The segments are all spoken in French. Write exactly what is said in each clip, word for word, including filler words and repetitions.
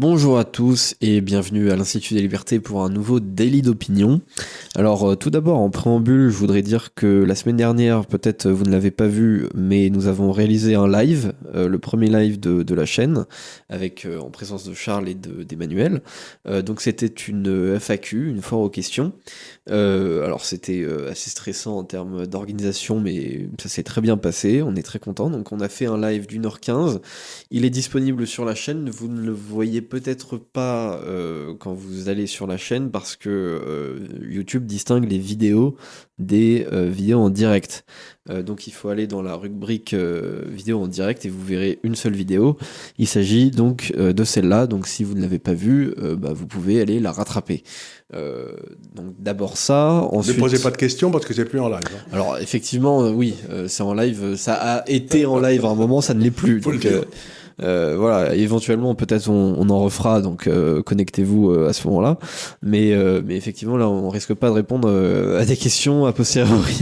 Bonjour à tous et bienvenue à l'Institut des Libertés pour un nouveau Daily d'opinion. Alors euh, tout d'abord en préambule, je voudrais dire que la semaine dernière, peut-être vous ne l'avez pas vu, mais nous avons réalisé un live, euh, le premier live de, de la chaîne, avec euh, en présence de Charles et de, d'Emmanuel. Euh, donc c'était une F A Q, une foire aux questions. Euh, alors c'était euh, assez stressant en termes d'organisation, mais ça s'est très bien passé, on est très content. Donc on a fait un live d'une heure quinze, il est disponible sur la chaîne, vous ne le voyez peut-être pas euh, quand vous allez sur la chaîne parce que euh, YouTube distingue les vidéos des euh, vidéos en direct. Euh, donc il faut aller dans la rubrique euh, vidéo en direct et vous verrez une seule vidéo. Il s'agit donc euh, de celle-là, donc si vous ne l'avez pas vue, euh, bah, vous pouvez aller la rattraper. Euh, donc d'abord ça, ensuite... Ne posez pas de questions parce que c'est plus en live. Hein. Alors effectivement, euh, oui, euh, c'est en live, ça a été en live à un moment, ça ne l'est plus. Faut Donc, le dire. euh, Euh, voilà, éventuellement peut-être on, on en refera, donc euh, connectez-vous euh, à ce moment-là. Mais, euh, mais effectivement là, on risque pas de répondre euh, à des questions a posteriori.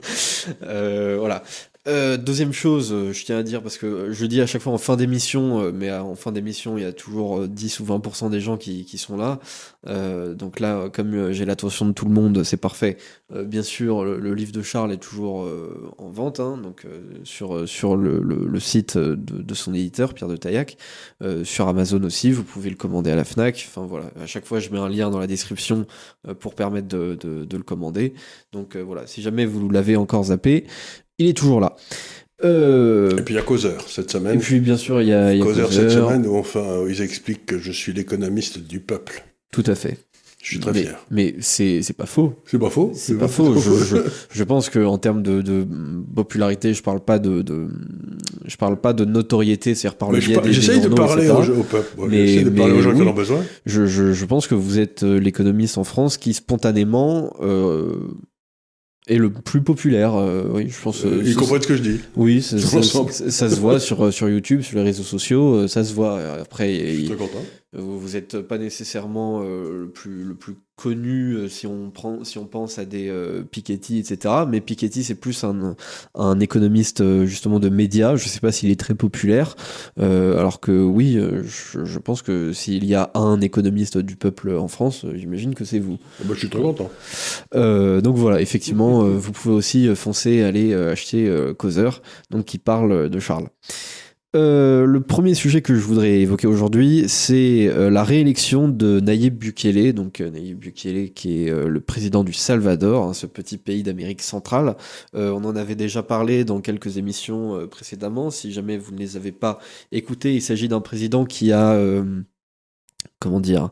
euh, voilà. Euh, deuxième chose, euh, je tiens à dire, parce que je dis à chaque fois en fin d'émission, euh, mais à- en fin d'émission, il y a toujours euh, dix ou vingt pour cent des gens qui, qui sont là. Euh, donc là, comme euh, j'ai l'attention de tout le monde, c'est parfait. Euh, bien sûr, le, le livre de Charles est toujours euh, en vente, hein, donc euh, sur, sur le, le, le site de, de son éditeur, Pierre de Taillac. Euh, sur Amazon aussi, vous pouvez le commander à la Fnac. Enfin voilà, à chaque fois, je mets un lien dans la description euh, pour permettre de, de, de le commander. Donc euh, voilà, si jamais vous l'avez encore zappé, il est toujours là. Euh... Et puis il y a Causeur cette semaine. Et puis bien sûr, il y a, il y a Causeur Causeur. cette semaine où enfin où ils expliquent que je suis l'économiste du peuple. Tout à fait. Je suis très mais, fier. Mais c'est, c'est pas faux. C'est pas faux. C'est, c'est pas, pas faux. faux. Je, je, je pense qu'en termes de, de popularité, je parle pas de, de, je parle pas de notoriété, c'est-à-dire par le biais des J'essaye de parler au, au peuple. Bon, mais, j'essaie de mais, parler aux gens oui, qui en ont besoin. Je, je, je pense que vous êtes l'économiste en France qui spontanément euh, est le plus populaire. Euh, oui, je pense. Euh, ils comprennent ce que je dis. Oui, ça, ça, ça, ça se voit sur sur YouTube, sur les réseaux sociaux, ça se voit. Après, je suis il, très content. Vous n'êtes pas nécessairement euh, le, plus, le plus connu euh, si, on prend, si on pense à des euh, Piketty, et cetera. Mais Piketty, c'est plus un, un économiste euh, justement de médias. Je ne sais pas s'il est très populaire. Euh, alors que oui, je, je pense que s'il y a un économiste du peuple en France, j'imagine que c'est vous. Bah, je suis très content. Euh, donc voilà, effectivement, euh, vous pouvez aussi foncer, aller euh, acheter euh, Causeur, donc qui parle de Charles. Euh, le premier sujet que je voudrais évoquer aujourd'hui, c'est euh, la réélection de Nayib Bukele, donc euh, Nayib Bukele qui est euh, le président du Salvador, hein, ce petit pays d'Amérique centrale. Euh, on en avait déjà parlé dans quelques émissions euh, précédemment. Si jamais vous ne les avez pas écoutées, il s'agit d'un président qui a euh, comment dire,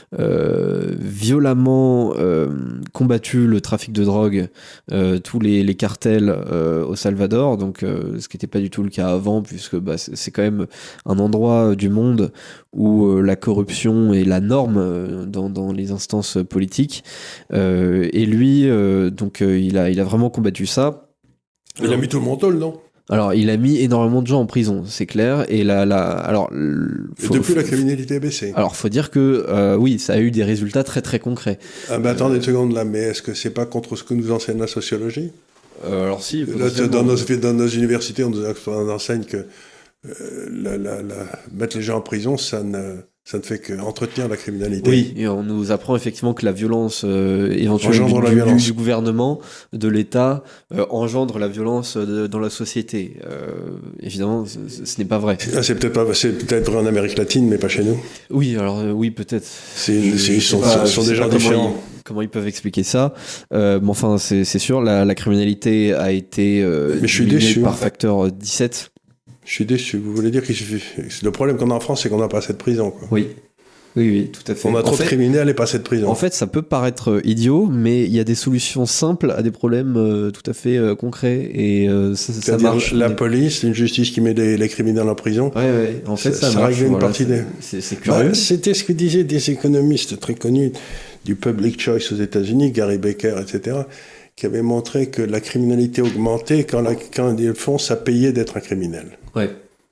euh, violemment euh, combattu le trafic de drogue, euh, tous les, les cartels euh, au Salvador, donc euh, ce qui n'était pas du tout le cas avant, puisque bah, c'est, c'est quand même un endroit du monde où euh, la corruption est la norme euh, dans, dans les instances politiques. Euh, et lui, euh, donc euh, il a, il a vraiment combattu ça. Il a mis tout le monde tôle, non ? Alors, il a mis énormément de gens en prison, c'est clair. Et là, là, alors, faut, et depuis, faut, la criminalité a baissé. Alors, faut dire que euh, oui, ça a eu des résultats très très concrets. Ah ben attendez une seconde là, mais est-ce que c'est pas contre ce que nous enseigne la sociologie ? euh, Alors si. Là, dans, nos, dans nos universités, on nous enseigne que euh, la, la, la, mettre les gens en prison, ça ne ça ne fait qu'entretenir la criminalité. Oui, et on nous apprend effectivement que la violence euh, éventuelle du, la du, violence. du gouvernement, de l'État, euh, engendre la violence de, dans la société. Euh, évidemment, ce, ce n'est pas vrai. Ah, c'est peut-être pas, c'est peut-être vrai en Amérique latine, mais pas chez nous. Oui, alors euh, oui, peut-être. C'est, une, c'est, ils sont, pas, sont des gens différents. Ils, comment ils peuvent expliquer ça euh, Mais enfin, c'est, c'est sûr, la, la criminalité a été euh, mais je suis déçu. par facteur dix-sept. Je suis déçu. Vous voulez dire qu'il suffit... Le problème qu'on a en France, c'est qu'on n'a pas assez de prison, quoi. Oui. Oui, oui, tout à fait. On a en trop fait, de criminels et pas assez de prison. En fait, ça peut paraître idiot, mais il y a des solutions simples à des problèmes euh, tout à fait euh, concrets. Et euh, ça, ça marche. La des... police, une justice qui met les, les criminels en prison. Ouais, ouais. En fait, ça, ça, ça marche. Une voilà, partie c'est, des... c'est, c'est curieux. Bah, c'était ce que disaient des économistes très connus du public choice aux États-Unis, Gary Becker, et cetera, qui avaient montré que la criminalité augmentait quand, la, quand ils le font, ça payait d'être un criminel. Ouais.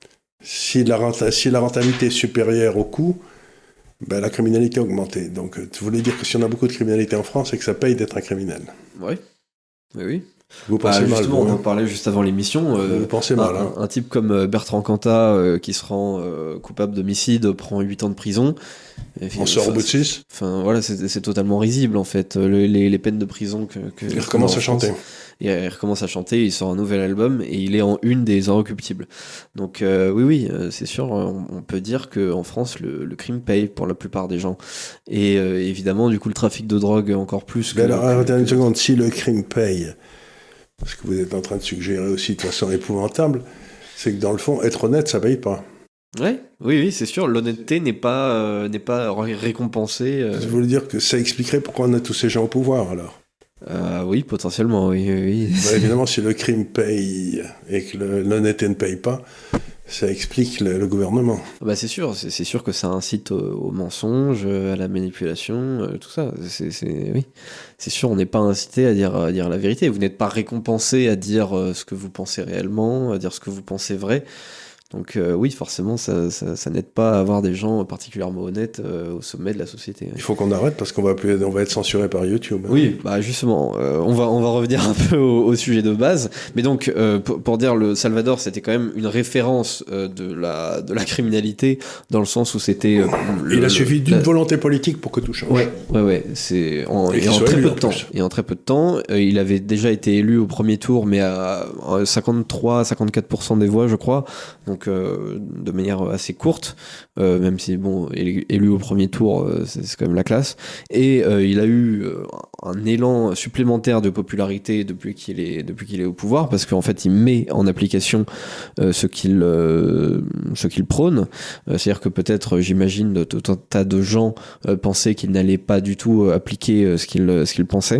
Si la, renta, si la rentabilité est supérieure au coût, ben, la criminalité augmentait. Donc, tu voulais dire que si on a beaucoup de criminalité en France, c'est que ça paye d'être un criminel. Oui, oui, oui. Vous pensez bah, mal. Justement, vous, on hein. en parlait juste avant l'émission. Euh, vous pensez un, mal. Hein. un, un type comme Bertrand Cantat, euh, qui se rend euh, coupable d'homicide, prend huit ans de prison. Et on sort au bout de six. Enfin, voilà, c'est, c'est totalement risible, en fait. Le, les, les peines de prison que... que il recommence à chanter. Il recommence à chanter, il sort un nouvel album et il est en une des Inrecuptibles. Donc euh, oui, oui, c'est sûr, on, on peut dire qu'en France, le, le crime paye pour la plupart des gens. Et euh, évidemment, du coup, le trafic de drogue encore plus. Mais que, alors, que, arrêtez que... une seconde, si le crime paye, parce que vous êtes en train de suggérer aussi de façon épouvantable, c'est que dans le fond, être honnête, ça paye pas. Ouais, oui, oui, c'est sûr, l'honnêteté n'est pas, euh, n'est pas récompensée. Euh... Je voulais dire que ça expliquerait pourquoi on a tous ces gens au pouvoir, alors. Euh, oui, potentiellement, oui. oui. Bah, évidemment, si le crime paye et que le, l'honnêteté ne paye pas, ça explique le, le gouvernement. Bah c'est sûr, c'est, c'est sûr que ça incite au, au mensonge, à la manipulation, euh, tout ça. C'est, c'est, oui. c'est sûr, on n'est pas incité à dire, à dire la vérité. Vous n'êtes pas récompensé à dire euh, ce que vous pensez réellement, à dire ce que vous pensez vrai. Donc euh, oui, forcément, ça, ça, ça n'aide pas à avoir des gens particulièrement honnêtes euh, au sommet de la société. Il faut qu'on arrête parce qu'on va, plus, on va être censuré par YouTube. Oui, bah justement, euh, on, va, on va revenir un peu au, au sujet de base. Mais donc, euh, pour, pour dire, le Salvador, c'était quand même une référence euh, de, la, de la criminalité, dans le sens où c'était... Euh, le, Il a suffi d'une la... volonté politique pour que tout change. Ouais, ouais, ouais. C'est en, et, et en très peu de temps. Et en très peu de temps, euh, il avait déjà été élu au premier tour, mais à cinquante-trois à cinquante-quatre pour cent des voix, je crois. Donc, euh, de manière assez courte, euh, même si bon, élu au premier tour, euh, c'est, c'est quand même la classe. Et euh, il a eu euh, un élan supplémentaire de popularité depuis qu'il est depuis qu'il est au pouvoir, parce qu'en fait, il met en application euh, ce qu'il euh, ce qu'il prône. Euh, c'est-à-dire que peut-être, j'imagine, tout un tas de gens euh, pensaient qu'il n'allait pas du tout appliquer euh, ce qu'il ce qu'il pensait.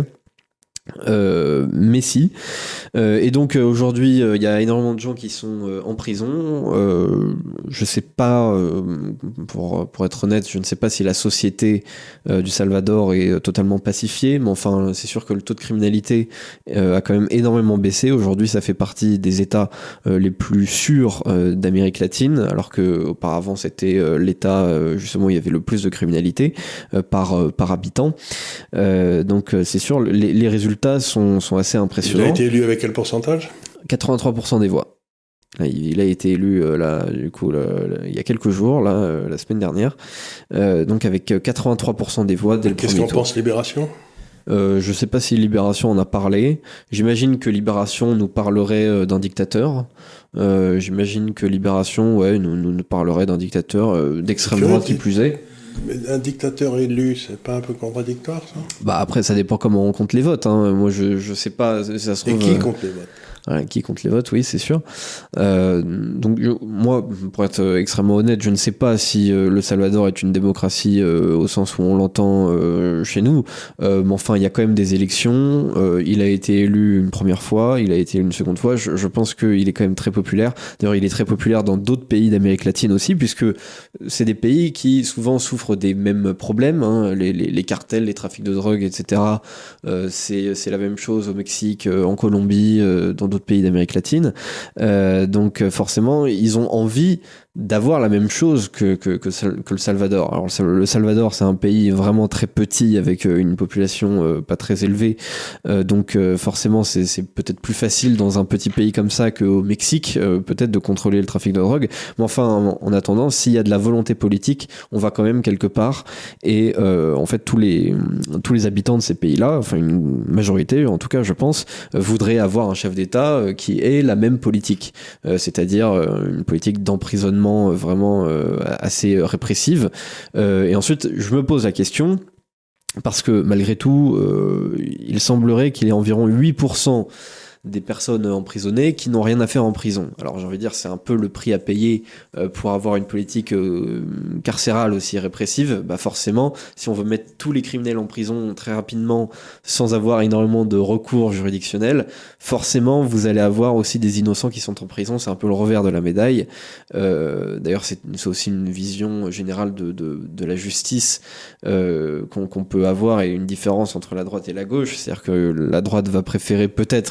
Euh, mais si. Euh, et donc euh, aujourd'hui, il euh, y a énormément de gens qui sont euh, en prison. Euh, je sais pas, euh, pour, pour être honnête, je ne sais pas si la société euh, du Salvador est euh, totalement pacifiée, mais enfin, c'est sûr que le taux de criminalité euh, a quand même énormément baissé. Aujourd'hui, ça fait partie des États euh, les plus sûrs euh, d'Amérique latine, alors que auparavant, c'était euh, l'État euh, justement où il y avait le plus de criminalité euh, par, euh, par habitant. Euh, donc, c'est sûr, les, les résultats Sont, sont assez impressionnants. Il a été élu avec quel pourcentage ? quatre-vingt-trois pour cent des voix. Il a été élu euh, là, du coup, là, là, il y a quelques jours, là, euh, la semaine dernière, euh, donc avec quatre-vingt-trois pour cent des voix dès le Qu'est-ce premier qu'on tour. pense Libération ? Euh, je sais pas si Libération en a parlé. J'imagine que Libération nous parlerait euh, d'un dictateur. Euh, j'imagine que Libération, ouais, nous, nous, nous parlerait d'un dictateur euh, d'extrême droite qui plus est. Mais un dictateur élu, c'est pas un peu contradictoire, ça ? Bah après, ça dépend comment on compte les votes. Hein. Moi, je je sais pas. Ça se trouve, Et qui compte les votes ? Ouais, qui compte les votes, oui, c'est sûr. Euh, donc, je, moi, pour être extrêmement honnête, je ne sais pas si euh, le Salvador est une démocratie euh, au sens où on l'entend euh, chez nous. Euh, mais enfin, il y a quand même des élections. Euh, il a été élu une première fois, il a été élu une seconde fois. Je, je pense qu'il est quand même très populaire. D'ailleurs, il est très populaire dans d'autres pays d'Amérique latine aussi, puisque c'est des pays qui souvent souffrent des mêmes problèmes. Hein, les, les, les cartels, les trafics de drogue, et cetera. Euh, c'est, c'est la même chose au Mexique, euh, en Colombie, euh, dans d'autres pays d'Amérique latine. Euh, donc forcément, ils ont envie d'avoir la même chose que, que, que, que le Salvador. Alors le Salvador, c'est un pays vraiment très petit avec une population euh, pas très élevée. Euh, donc euh, forcément, c'est, c'est peut-être plus facile dans un petit pays comme ça qu'au Mexique, euh, peut-être de contrôler le trafic de drogue. Mais enfin, en, en attendant, s'il y a de la volonté politique, on va quand même quelque part. Et euh, en fait, tous les, tous les habitants de ces pays-là, enfin une majorité en tout cas, je pense, euh, voudraient avoir un chef d'État euh, qui ait la même politique. Euh, c'est-à-dire euh, une politique d'emprisonnement vraiment euh, assez répressive. Euh, et ensuite, je me pose la question, parce que malgré tout, euh, il semblerait qu'il y ait environ huit pour cent des personnes emprisonnées qui n'ont rien à faire en prison. Alors j'ai envie de dire, c'est un peu le prix à payer euh, pour avoir une politique euh, carcérale aussi répressive. Bah forcément, si on veut mettre tous les criminels en prison très rapidement sans avoir énormément de recours juridictionnels, forcément vous allez avoir aussi des innocents qui sont en prison. C'est un peu le revers de la médaille. Euh, d'ailleurs, c'est, c'est aussi une vision générale de, de, de la justice euh, qu'on, qu'on peut avoir, et une différence entre la droite et la gauche. C'est-à-dire que la droite va préférer peut-être mettre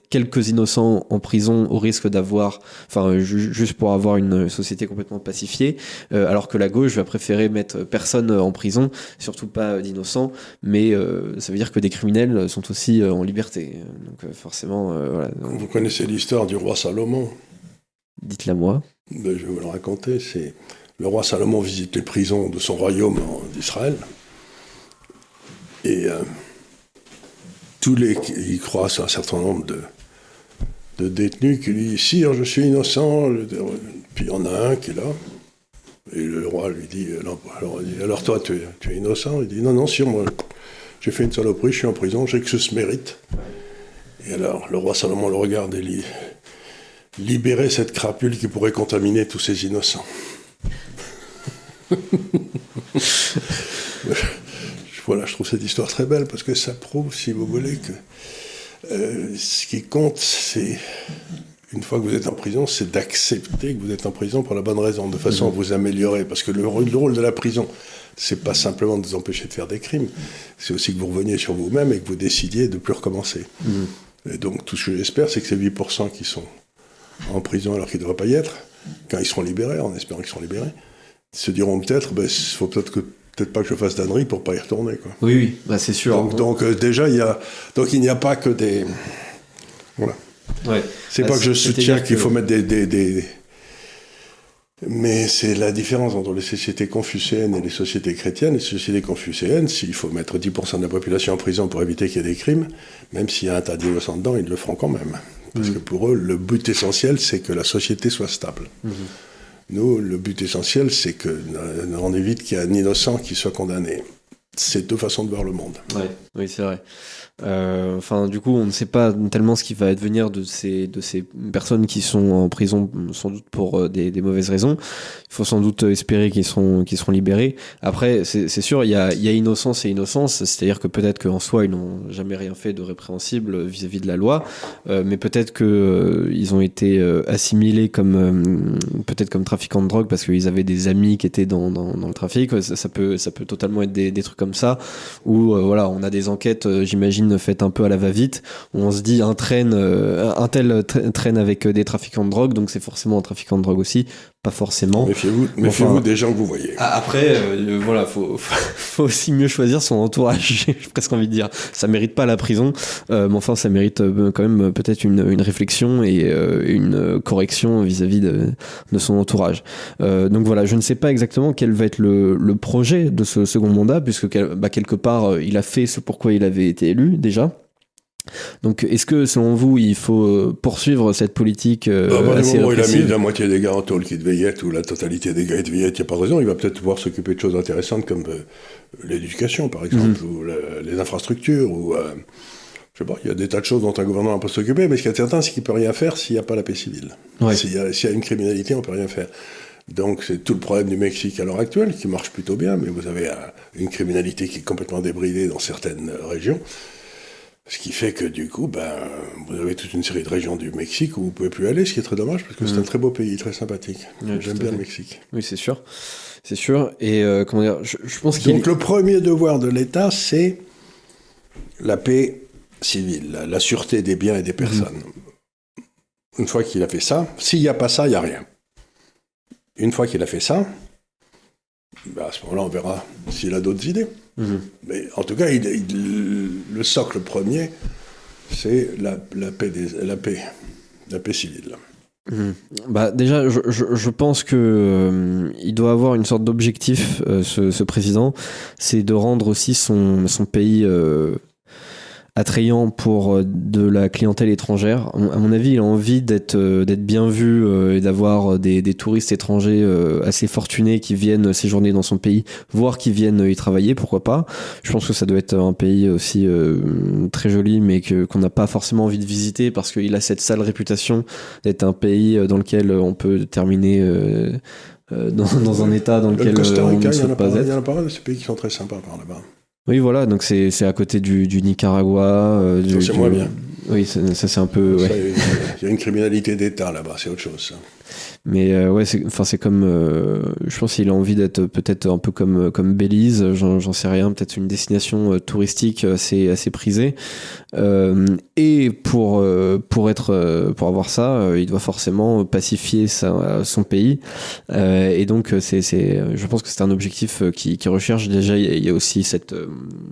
quelques innocents en prison au risque d'avoir, enfin ju- juste pour avoir une société complètement pacifiée, euh, alors que la gauche va préférer mettre personne en prison, surtout pas d'innocents, mais euh, ça veut dire que des criminels sont aussi euh, en liberté. Donc euh, forcément, euh, voilà. Donc, vous connaissez l'histoire du roi Salomon. Dites-la moi. Ben, je vais vous le raconter. C'est le roi Salomon visite les prisons de son royaume d'Israël et euh, tous les, il croise un certain nombre de, de détenus qui lui disent « Sire, je suis innocent ». Puis il y en a un qui est là. Et le roi lui dit « Alors, alors, alors toi, tu es, tu es innocent ?» Il dit « Non, non, sire, moi, j'ai fait une saloperie, je suis en prison, j'ai que ce mérite. » Et alors, le roi Salomon le regarde et dit « Libérez cette crapule qui pourrait contaminer tous ces innocents. » Voilà, je trouve cette histoire très belle parce que ça prouve, si vous voulez, que euh, ce qui compte, c'est, une fois que vous êtes en prison, c'est d'accepter que vous êtes en prison pour la bonne raison, de façon mmh. à vous améliorer. Parce que le, le rôle de la prison, c'est pas simplement de vous empêcher de faire des crimes, c'est aussi que vous reveniez sur vous-même et que vous décidiez de ne plus recommencer. Mmh. Et donc, tout ce que j'espère, c'est que ces huit pour cent qui sont en prison alors qu'ils ne devraient pas y être, quand ils seront libérés, en espérant qu'ils seront libérés, se diront peut-être, ben, il faut peut-être que peut-être pas que je fasse d'ânerie pour pas y retourner, quoi. Oui, oui, bah, c'est sûr. Donc, donc euh, déjà, il y a, donc il n'y a pas que des, voilà. Ouais. C'est bah, pas que je soutiens qu'il que... faut mettre des, des, des, mais c'est la différence entre les sociétés confucéennes et les sociétés chrétiennes. Les sociétés confucéennes, s'il faut mettre dix pour cent de la population en prison pour éviter qu'il y ait des crimes, même s'il y a un tas d'innocents dedans, ils le feront quand même, parce mmh. que pour eux, le but essentiel, c'est que la société soit stable. Mmh. Nous, le but essentiel, c'est qu'on évite qu'il y ait un innocent qui soit condamné. C'est deux façons de voir le monde. Ouais, oui, c'est vrai. Euh, enfin, du coup, on ne sait pas tellement ce qui va advenir de ces, de ces personnes qui sont en prison, sans doute pour euh, des, des mauvaises raisons. Il faut sans doute espérer qu'ils seront, qu'ils seront libérés. Après, c'est, c'est sûr, il y a, il y a innocence et innocence, c'est-à-dire que peut-être qu'en soi, ils n'ont jamais rien fait de répréhensible vis-à-vis de la loi, euh, mais peut-être qu'ils euh, ont été euh, assimilés comme, euh, peut-être comme trafiquants de drogue parce qu'ils avaient des amis qui étaient dans, dans, dans le trafic. Ça, ça, peut, ça peut totalement être des, des trucs comme ça, où euh, voilà, on a des enquêtes, euh, j'imagine, faites un peu à la va-vite, où on se dit un traîne, euh, un tel tra- traîne avec des trafiquants de drogue, donc c'est forcément un trafiquant de drogue aussi, pas forcément. Méfiez-vous, méfiez-vous enfin, des gens que vous voyez. Après, euh, voilà, faut, faut, faut aussi mieux choisir son entourage, j'ai presque envie de dire. Ça mérite pas la prison, euh, mais enfin, ça mérite euh, quand même peut-être une, une réflexion et euh, une correction vis-à-vis de, de son entourage. Euh, donc voilà, je ne sais pas exactement quel va être le, le projet de ce second mandat, puisque bah, quelque part, il a fait ce pourquoi il avait été élu, déjà. Donc, est-ce que, selon vous, il faut poursuivre cette politique euh, bah, bah, assez répressive ? Il a mis la moitié des gars en taule qui devaient y être, ou la totalité des gars qui devaient y être, il n'y a pas de raison. Il va peut-être pouvoir s'occuper de choses intéressantes comme euh, l'éducation, par exemple, mmh. ou la, les infrastructures, ou... Euh, je sais pas, il y a des tas de choses dont un gouvernement peut s'occuper, mais ce qui est certain, c'est qu'il ne peut rien faire s'il n'y a pas la paix civile. Ouais. S'il y a, s'il y a une criminalité, on ne peut rien faire. Donc, c'est tout le problème du Mexique à l'heure actuelle, qui marche plutôt bien, mais vous avez euh, une criminalité qui est complètement débridée dans certaines euh, régions. Ce qui fait que, du coup, ben, vous avez toute une série de régions du Mexique où vous ne pouvez plus aller, ce qui est très dommage, parce que mmh. c'est un très beau pays, très sympathique. Ouais, j'aime bien le Mexique. Oui, c'est sûr. C'est sûr. Et euh, comment dire, je, je pense qu'il... Donc, le premier devoir de l'État, c'est la paix civile, la, la sûreté des biens et des personnes. Mmh. Une fois qu'il a fait ça, s'il n'y a pas ça, il n'y a rien. Une fois qu'il a fait ça, ben à ce moment-là, on verra s'il a d'autres idées. Mmh. Mais en tout cas, il, il, le socle premier, c'est la, la, paix des, la, paix, la paix civile. Mmh. Bah, déjà, je, je, je pense que euh, il doit avoir une sorte d'objectif, euh, ce, ce président, c'est de rendre aussi son, son pays... Euh, attrayant pour de la clientèle étrangère. À mon avis, il a envie d'être, d'être bien vu et d'avoir des, des touristes étrangers assez fortunés qui viennent séjourner dans son pays, voire qui viennent y travailler, pourquoi pas. Je pense que ça doit être un pays aussi euh, très joli, mais que, qu'on n'a pas forcément envie de visiter parce qu'il a cette sale réputation d'être un pays dans lequel on peut terminer euh, dans, dans un état dans lequel on ne souhaite pas être. Il y en a pas mal de ces pays qui sont très sympas par là-bas. Oui, voilà, donc c'est, c'est à côté du, du Nicaragua. Euh, du, c'est du, moins bien. Oui, ça, ça c'est un peu... Ça, Ouais. il y a une criminalité d'État là-bas, c'est autre chose. Ça. Mais euh, ouais, c'est, enfin, c'est comme... Euh, je pense qu'il a envie d'être peut-être un peu comme, comme Belize, j'en, j'en sais rien, peut-être une destination euh, touristique assez, assez prisée. Euh, et pour, euh, pour, être, euh, pour avoir ça, euh, il doit forcément pacifier sa, son pays. Euh, et donc, c'est, c'est, je pense que c'est un objectif qui, qui recherche. Déjà, il y a, il y a aussi cette... Euh,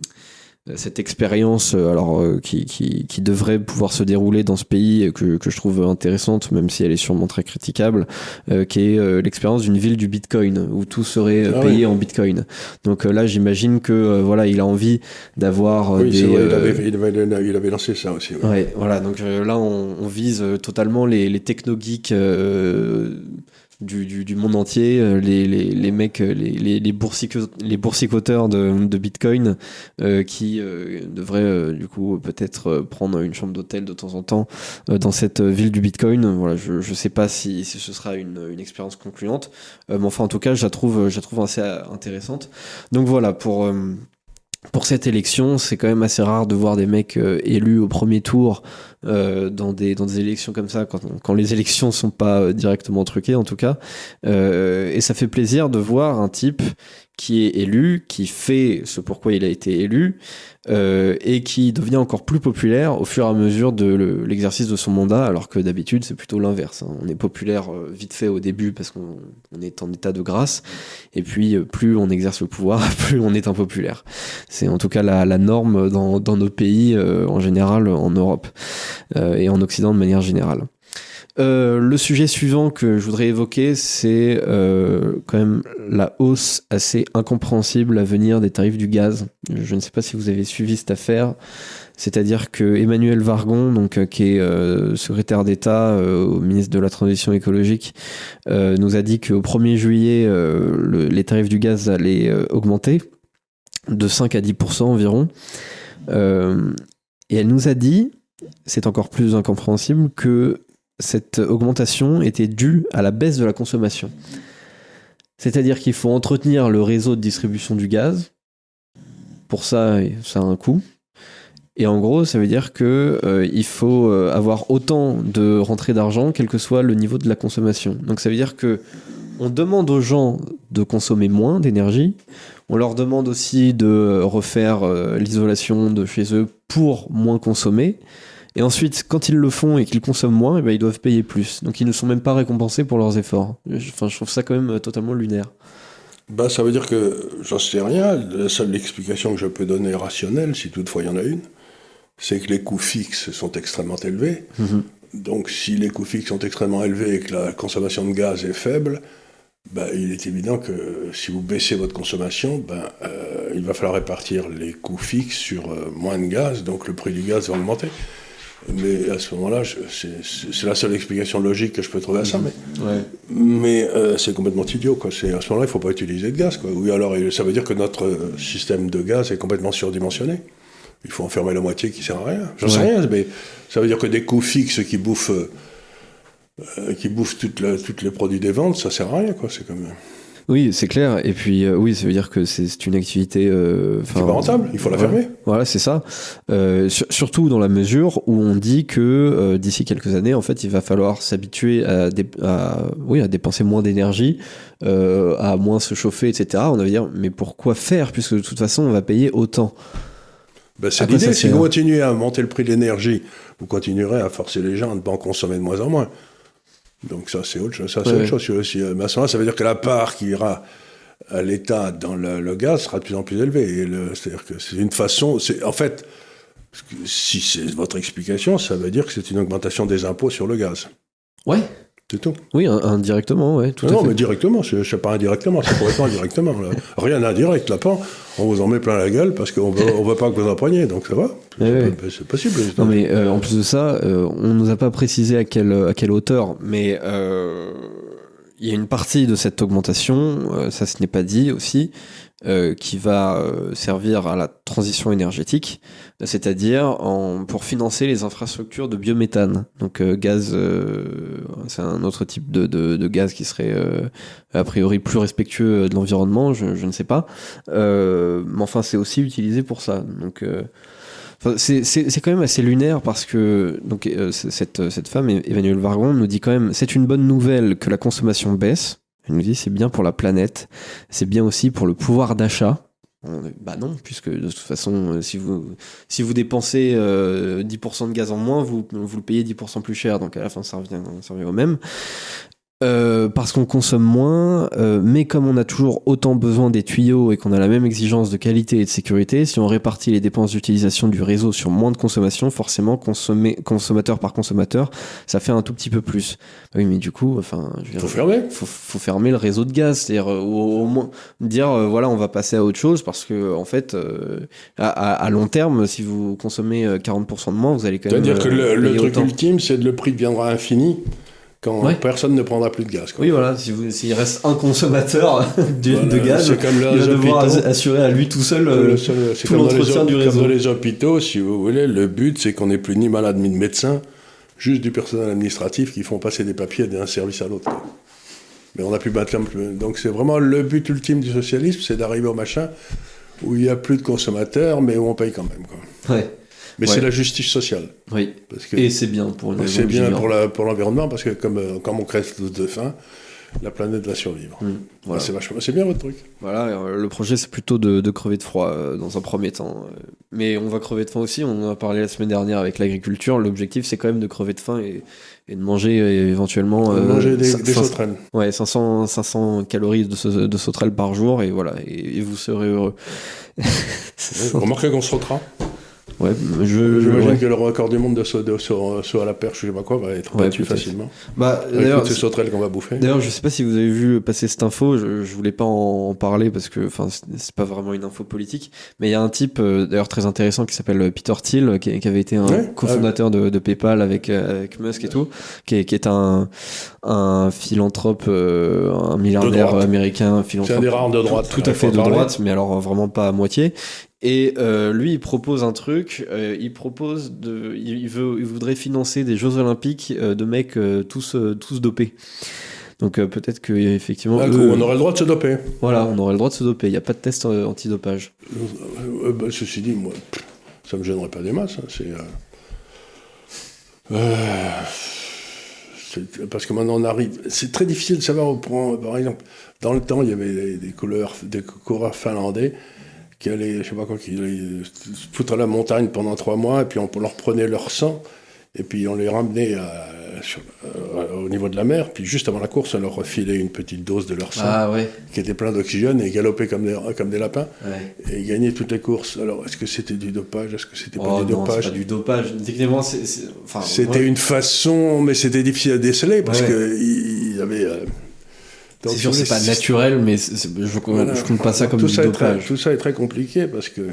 cette expérience alors euh, qui, qui, qui devrait pouvoir se dérouler dans ce pays que, que je trouve intéressante même si elle est sûrement très critiquable euh, qui est euh, l'expérience d'une ville du Bitcoin où tout serait Ah payé oui. en Bitcoin. Donc euh, là j'imagine que euh, voilà il a envie d'avoir euh, oui, des c'est vrai, euh, il, avait, il, avait, il avait lancé ça aussi. Oui. ouais voilà donc euh, là on, on vise totalement les, les techno-geeks euh, Du, du, du monde entier, les, les, les mecs, les, les, les, boursico- les boursicoteurs de, de Bitcoin euh, qui euh, devraient euh, du coup peut-être euh, prendre une chambre d'hôtel de temps en temps euh, dans cette ville du Bitcoin. Voilà, je je sais pas si, si ce sera une, une expérience concluante, euh, mais enfin en tout cas je la trouve, je la trouve assez intéressante. Donc voilà, pour... Euh, Pour cette élection, c'est quand même assez rare de voir des mecs euh, élus au premier tour euh, dans, des, dans des élections comme ça, quand, quand les élections sont pas euh, directement truquées en tout cas. Euh, et ça fait plaisir de voir un type qui est élu, qui fait ce pourquoi il a été élu, euh, et qui devient encore plus populaire au fur et à mesure de le, l'exercice de son mandat, alors que d'habitude c'est plutôt l'inverse. Hein. On est populaire euh, vite fait au début parce qu'on on est en état de grâce, et puis euh, plus on exerce le pouvoir, plus on est impopulaire. C'est en tout cas la, la norme dans, dans nos pays, euh, en général en Europe, euh, et en Occident de manière générale. Euh, le sujet suivant que je voudrais évoquer, c'est euh, quand même la hausse assez incompréhensible à venir des tarifs du gaz. Je ne sais pas si vous avez suivi cette affaire, c'est-à-dire que Emmanuel Vargon, donc euh, qui est euh, secrétaire d'État euh, au ministre de la Transition écologique, euh, nous a dit qu'au premier juillet, euh, le, les tarifs du gaz allaient euh, augmenter de cinq à dix pour cent environ. Euh, et elle nous a dit, c'est encore plus incompréhensible, que cette augmentation était due à la baisse de la consommation. C'est-à-dire qu'il faut entretenir le réseau de distribution du gaz. Pour ça, ça a un coût. Et en gros, ça veut dire que euh, il faut avoir autant de rentrées d'argent, quel que soit le niveau de la consommation. Donc ça veut dire que on demande aux gens de consommer moins d'énergie. On leur demande aussi de refaire euh, l'isolation de chez eux pour moins consommer. Et ensuite, quand ils le font et qu'ils consomment moins, eh ben, ils doivent payer plus. Donc ils ne sont même pas récompensés pour leurs efforts. Enfin, je trouve ça quand même totalement lunaire. Bah, ça veut dire que j'en sais rien. La seule explication que je peux donner rationnelle, si toutefois il y en a une, c'est que les coûts fixes sont extrêmement élevés. Mmh. Donc si les coûts fixes sont extrêmement élevés et que la consommation de gaz est faible, bah, il est évident que si vous baissez votre consommation, bah, euh, il va falloir répartir les coûts fixes sur euh, moins de gaz, donc le prix du gaz va augmenter. Mais à ce moment-là, je, c'est, c'est la seule explication logique que je peux trouver à ça. Mais, ouais. mais euh, c'est complètement idiot. Quoi. C'est, à ce moment-là, il ne faut pas utiliser de gaz. Quoi. Oui, alors ça veut dire que notre système de gaz est complètement surdimensionné. Il faut en fermer la moitié qui ne sert à rien. J'en ouais. sais rien, mais ça veut dire que des coûts fixes qui bouffent, euh, qui bouffent tous les produits des ventes, ça ne sert à rien. Quoi. C'est comme... Oui, c'est clair. Et puis, euh, oui, ça veut dire que c'est, c'est une activité... Euh, c'est pas rentable, il faut la ouais, fermer. Voilà, c'est ça. Euh, sur, surtout dans la mesure où on dit que euh, d'ici quelques années, en fait, il va falloir s'habituer à, dé- à, oui, à dépenser moins d'énergie, euh, à moins se chauffer, et cetera. On va dire, mais pourquoi faire, puisque de toute façon, on va payer autant. Ben, c'est Après, l'idée. Si vous continuez à monter le prix de l'énergie, vous continuerez à forcer les gens à ne pas en consommer de moins en moins. Donc ça, c'est autre chose. Ça, c'est ouais. autre chose aussi. Mais à ce moment-là, ça veut dire que la part qui ira à l'État dans le, le gaz sera de plus en plus élevée. Et le, c'est-à-dire que c'est une façon... C'est, en fait, si c'est votre explication, ça veut dire que c'est une augmentation des impôts sur le gaz. Ouais. C'est tout. Oui, indirectement, ouais. Tout non, à fait. mais directement. Je ne sais pas indirectement, c'est complètement indirectement. Là. Rien d'indirect, là, pas. On vous en met plein la gueule parce qu'on ne veut, on veut pas que vous en preniez, donc ça va. C'est, ouais, ouais. c'est possible. Non, mais euh, en plus de ça, euh, on ne nous a pas précisé à quelle, à quelle hauteur, mais euh, il y a une partie de cette augmentation, euh, ça ce n'est pas dit aussi, euh, qui va euh, servir à la transition énergétique, c'est-à-dire en, pour financer les infrastructures de biométhane. Donc euh, gaz, euh, c'est un autre type de, de, de gaz qui serait euh, a priori plus respectueux de l'environnement, je, je ne sais pas. Euh, mais enfin, c'est aussi utilisé pour ça. Donc, euh, Enfin, c'est, c'est, c'est quand même assez lunaire parce que donc, euh, cette, cette femme, Emmanuelle Vargon, nous dit quand même c'est une bonne nouvelle que la consommation baisse. Elle nous dit c'est bien pour la planète, c'est bien aussi pour le pouvoir d'achat. Bah non, puisque de toute façon, si vous, si vous dépensez euh, dix pour cent de gaz en moins, vous, vous le payez dix pour cent plus cher, donc à la fin ça revient, ça revient au même. Euh, parce qu'on consomme moins, euh, mais comme on a toujours autant besoin des tuyaux et qu'on a la même exigence de qualité et de sécurité, si on répartit les dépenses d'utilisation du réseau sur moins de consommation, forcément, consommer, consommateur par consommateur, ça fait un tout petit peu plus. Oui, mais du coup, enfin, je veux dire, faut fermer. Faut, faut fermer le réseau de gaz, c'est-à-dire euh, au, au moins dire, euh, voilà, on va passer à autre chose parce que en fait, euh, à, à, à long terme, si vous consommez quarante pour cent de moins, vous allez quand même. C'est-à-dire que le, le truc autant. ultime, c'est que le prix deviendra infini. Quand ouais. personne ne prendra plus de gaz. Quoi. Oui, voilà, si vous, s'il reste un consommateur de, voilà, de gaz, c'est comme il va devoir assurer à lui tout seul euh, seul, c'est tout l'entretien les, du réseau. Comme dans les hôpitaux, si vous voulez, le but, c'est qu'on n'ait plus ni malade ni de médecin, juste du personnel administratif qui font passer des papiers d'un service à l'autre. Quoi. Mais on n'a plus de plus. Donc c'est vraiment le but ultime du socialisme, c'est d'arriver au machin où il n'y a plus de consommateurs, mais où on paye quand même. Quoi. Ouais. Mais ouais. c'est la justice sociale. Oui. Parce que, et c'est bien pour une C'est bien pour, la, pour l'environnement, parce que comme, euh, comme on crève de faim, la planète va survivre. Mmh, voilà. c'est, vachement, c'est bien votre truc. Voilà, euh, le projet, c'est plutôt de, de crever de froid euh, dans un premier temps. Euh, mais on va crever de faim aussi, on en a parlé la semaine dernière avec l'agriculture. L'objectif, c'est quand même de crever de faim et, et de manger euh, éventuellement... Euh, manger des, c- des cinq cents, sauterelles. Ouais, cinq cents, cinq cents calories de, de sauterelles par jour, et voilà, et, et vous serez heureux. Remarquez qu'on sautera. Ouais, je, J'imagine ouais. que le record du monde de saut, de saut, saut à la perche, je sais pas quoi, va être battu ouais, facilement. Bah, avec d'ailleurs, toutes ces sauterelles qu'on va bouffer. D'ailleurs, je sais pas si vous avez vu passer cette info, je, je voulais pas en, en parler parce que enfin, c'est, c'est pas vraiment une info politique, mais il y a un type euh, d'ailleurs très intéressant qui s'appelle Peter Thiel, qui, qui avait été un ouais, cofondateur ah, de, de PayPal avec, euh, avec Musk et tout, qui est, qui est un, un philanthrope, euh, un milliardaire américain, philanthrope. C'est un des rares de droite. Tout, tout à fait de droite, mais alors vraiment pas à moitié. Et euh, lui, il propose un truc. Euh, il propose de, il veut, il voudrait financer des Jeux Olympiques euh, de mecs euh, tous, euh, tous dopés. Donc euh, peut-être que effectivement, ah, eux, on aurait le droit de se doper. Voilà, on aurait le droit de se doper. Il n'y a pas de test euh, antidopage. Euh, euh, bah, ceci dit, moi, ça me gênerait pas des masses. Hein, c'est, euh, euh, c'est parce que maintenant on arrive. C'est très difficile de savoir. Par exemple, dans le temps, il y avait des, des coureurs, des coureurs finlandais qui allaient, je sais pas quoi, qui allaient se foutre à la montagne pendant trois mois, et puis on leur prenait leur sang, et puis on les ramenait à, sur, à, au niveau de la mer, puis juste avant la course, on leur refilait une petite dose de leur sang, ah, ouais. qui était plein d'oxygène, et ils galopaient comme des, comme des lapins, ouais. et ils gagnaient toutes les courses. Alors, est-ce que c'était du dopage? Est-ce que c'était oh, pas du non, dopage? C'est pas du dopage. Techniquement, c'est... c'est... Enfin, c'était ouais. une façon, mais c'était difficile à déceler, parce ouais. qu'il y avait... Euh, Donc, c'est sûr, c'est pas naturel, mais c'est, c'est, je, voilà. je compte pas ça comme tout du ça dopage. Très, tout ça est très compliqué parce que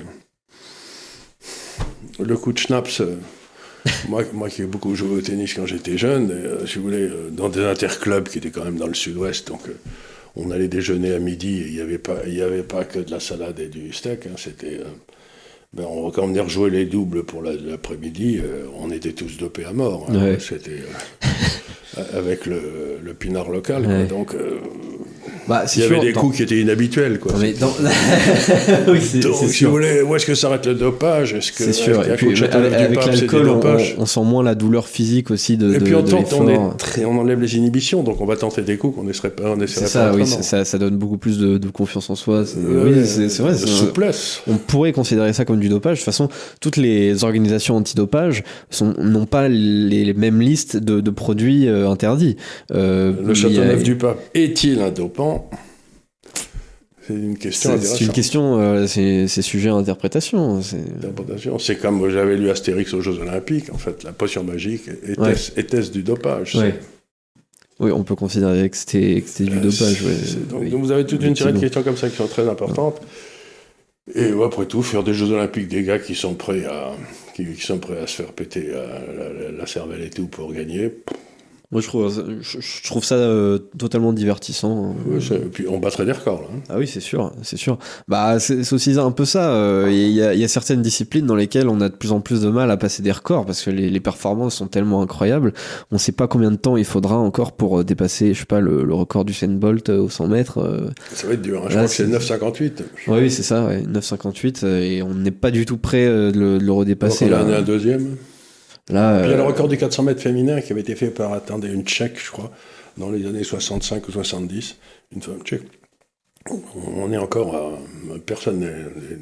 le coup de schnapps, euh, moi, moi qui ai beaucoup joué au tennis quand j'étais jeune, euh, si vous voulez, euh, dans des interclubs qui étaient quand même dans le sud-ouest, donc euh, on allait déjeuner à midi et il n'y avait pas, il y avait pas que de la salade et du steak, hein, c'était... Euh, ben on, quand on venait rejouer les doubles pour la, l'après-midi, euh, on était tous dopés à mort. Hein, ouais. C'était... Euh, avec le, le pinard local, ouais. quoi, donc... Euh, Bah, il y sûr, avait des dans... coups qui étaient inhabituels. Quoi. Non, mais dans... oui, c'est, Donc, c'est si sûr. vous voulez, où est-ce que s'arrête le dopage? Est-ce que, c'est sûr. Est-ce et puis, avec, avec pape, l'alcool, on, on sent moins la douleur physique aussi de, et de, puis on, de tente, l'effort. On, est très, on enlève les inhibitions, donc on va tenter des coups qu'on n'essaierait pas. On c'est ça, oui, c'est, ça, ça donne beaucoup plus de, de confiance en soi. C'est, ouais, oui, c'est, c'est vrai. De c'est, souplesse. On pourrait considérer ça comme du dopage. De toute façon, toutes les organisations antidopage sont, n'ont pas les, les mêmes listes de, de produits euh, interdits. Euh, le Châteauneuf a... du Pape est-il un dopant? C'est une question c'est, c'est une question, euh, c'est, c'est sujet à interprétation. C'est... interprétation. C'est comme j'avais lu Astérix aux Jeux Olympiques, en fait, la potion magique, était-ce, ouais. était-ce du dopage? Ouais. Oui, on peut considérer que c'était, que c'était du euh, dopage. Ouais. Donc, oui. donc vous avez toute une série de questions comme ça qui sont très importantes. Ouais. Et ouais, après tout, faire des Jeux Olympiques, des gars qui sont prêts à, qui, qui sont prêts à se faire péter la, la, la cervelle et tout pour gagner. Moi, je trouve, je, je trouve ça euh, totalement divertissant. Ouais, et puis on battrait des records, là. Hein. Ah oui, c'est sûr, c'est sûr. Bah, c'est, c'est aussi un peu ça. Il euh, y, a, y a certaines disciplines dans lesquelles on a de plus en plus de mal à passer des records parce que les, les performances sont tellement incroyables. On sait pas combien de temps il faudra encore pour euh, dépasser, je sais pas, le, le record du Usain Bolt euh, au cent mètres. Euh. Ça va être dur. Hein. Je Là, crois que c'est neuf cinquante-huit. Ouais, oui, c'est ça, ouais, neuf cinquante-huit. Euh, et on n'est pas du tout prêt euh, de, le, de le redépasser. Donc on là. en est un deuxième. Là, Puis il y a le euh, record du quatre cents mètres féminin qui avait été fait par, attendez, une Tchèque, je crois, dans les années soixante-cinq ou soixante-dix. Une femme tchèque. On est encore à. Personne n'est.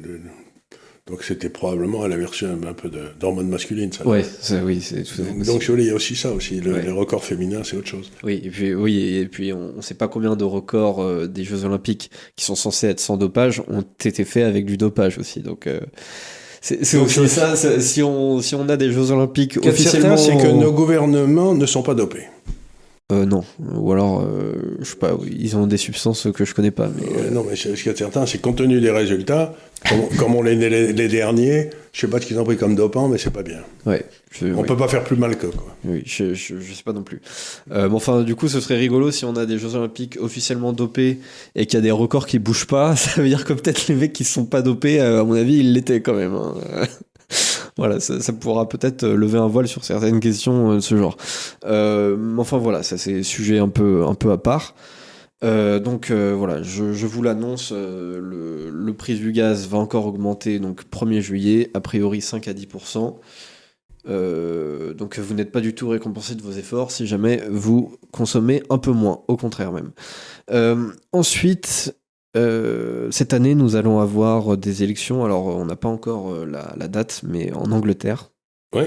Donc c'était probablement, elle avait reçu un, un peu de, d'hormones masculines. Ça, ouais, c'est, oui, c'est tout à fait donc, donc il y a aussi ça aussi. Le, ouais. Les records féminins, c'est autre chose. Oui, et puis, oui, et puis on ne sait pas combien de records euh, des Jeux Olympiques qui sont censés être sans dopage ont été faits avec du dopage aussi. Donc. Euh... C'est, c'est aussi ça, c'est, si, on, si on a des Jeux Olympiques Ce qui est officiellement... certain, c'est que nos gouvernements ne sont pas dopés. Euh, non, ou alors, euh, je sais pas, oui, ils ont des substances que je connais pas. Mais, euh... Euh, non, mais ce qui est certain, c'est compte tenu des résultats, comme, comme on est les, les derniers, je sais pas ce qu'ils ont pris comme dopant, mais c'est pas bien. Ouais, je, on oui. peut pas faire plus mal que quoi. Oui, je, je, je sais pas non plus. Euh, mais enfin, du coup, ce serait rigolo si on a des Jeux Olympiques officiellement dopés et qu'il y a des records qui bougent pas. Ça veut dire que peut-être les mecs qui se sont pas dopés, euh, à mon avis, ils l'étaient quand même. Hein. Voilà, ça, ça pourra peut-être lever un voile sur certaines questions de ce genre. Euh, enfin voilà, ça c'est sujet un peu, un peu à part. Euh, donc euh, voilà, je, je vous l'annonce, euh, le, le prix du gaz va encore augmenter, donc premier juillet, a priori cinq à dix pour cent. Euh, donc vous n'êtes pas du tout récompensé de vos efforts si jamais vous consommez un peu moins, au contraire même. Euh, ensuite... Euh, cette année, nous allons avoir des élections. Alors, on n'a pas encore euh, la, la date, mais en Angleterre. Ouais.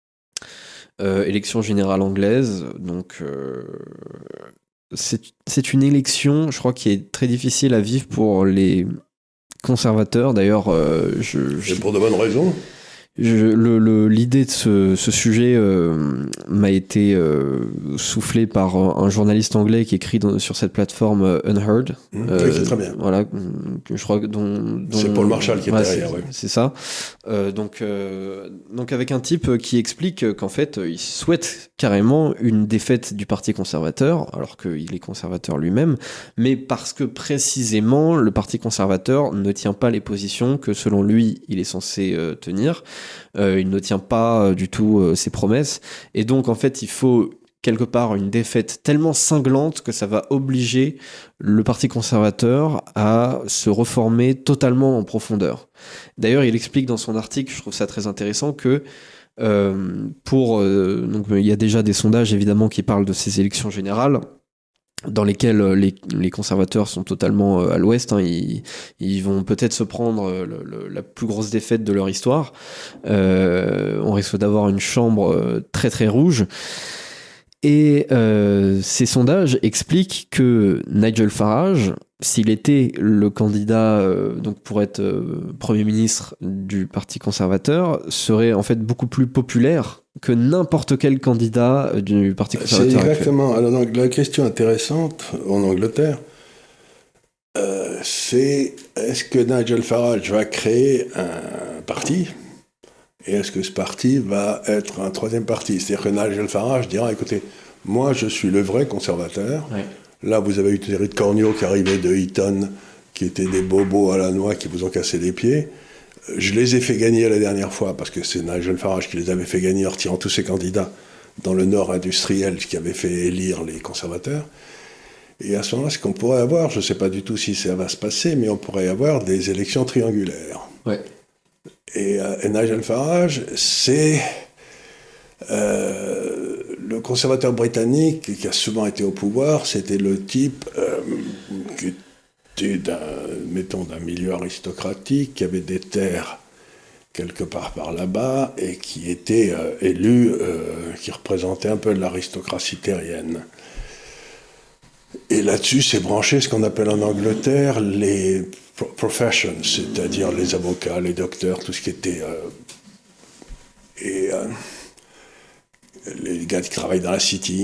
Euh, élection générale anglaise. Donc, euh, c'est, c'est une élection, je crois, qui est très difficile à vivre pour les conservateurs. D'ailleurs, euh, je, je, Et pour de bonnes raisons. Je, le, le, l'idée de ce, ce sujet euh, m'a été euh, soufflée par un journaliste anglais qui écrit dans, sur cette plateforme euh, Unheard. Mmh, euh, oui, c'est très bien. Voilà, je crois dont, dont c'est Paul Marshall qui est ouais, derrière. C'est, ouais. c'est ça. Euh, donc, euh, donc avec un type qui explique qu'en fait, il souhaite carrément une défaite du Parti conservateur, alors qu'il est conservateur lui-même, mais parce que précisément le Parti conservateur ne tient pas les positions que selon lui il est censé euh, tenir. Euh, il ne tient pas euh, du tout euh, ses promesses, et donc en fait il faut quelque part une défaite tellement cinglante que ça va obliger le Parti conservateur à se reformer totalement en profondeur. D'ailleurs, il explique dans son article, je trouve ça très intéressant, que euh, pour euh, donc il y a déjà des sondages évidemment qui parlent de ces élections générales, dans lesquels les, les conservateurs sont totalement à l'ouest, hein, ils, ils vont peut-être se prendre le, le, la plus grosse défaite de leur histoire. Euh, on risque d'avoir une chambre très très rouge. Et euh, ces sondages expliquent que Nigel Farage, s'il était le candidat euh, donc pour être euh, Premier ministre du Parti conservateur, serait en fait beaucoup plus populaire que n'importe quel candidat du Parti conservateur. C'est exactement. Actuel. Alors, donc, la question intéressante en Angleterre, euh, c'est est-ce que Nigel Farage va créer un parti et est-ce que ce parti va être un troisième parti? C'est-à-dire que Nigel Farage dira, écoutez, moi je suis le vrai conservateur. Ouais. Là, vous avez eu une série de corneaux qui arrivaient de Eton, qui étaient des bobos à la noix qui vous ont cassé les pieds. Je les ai fait gagner la dernière fois, parce que c'est Nigel Farage qui les avait fait gagner en retirant tous ses candidats dans le nord industriel qui avait fait élire les conservateurs. Et à ce moment-là, ce qu'on pourrait avoir, je ne sais pas du tout si ça va se passer, mais on pourrait avoir des élections triangulaires. Ouais. Et, euh, et Nigel Farage, c'est euh, le conservateur britannique qui a souvent été au pouvoir. C'était le type euh, qui était d'un, mettons, d'un milieu aristocratique, qui avait des terres quelque part par là-bas et qui était euh, élu, euh, qui représentait un peu l'aristocratie terrienne. Et là-dessus, c'est branché ce qu'on appelle en Angleterre les professions, c'est-à-dire les avocats, les docteurs, tout ce qui était... Euh, et euh, les gars qui travaillent dans la City.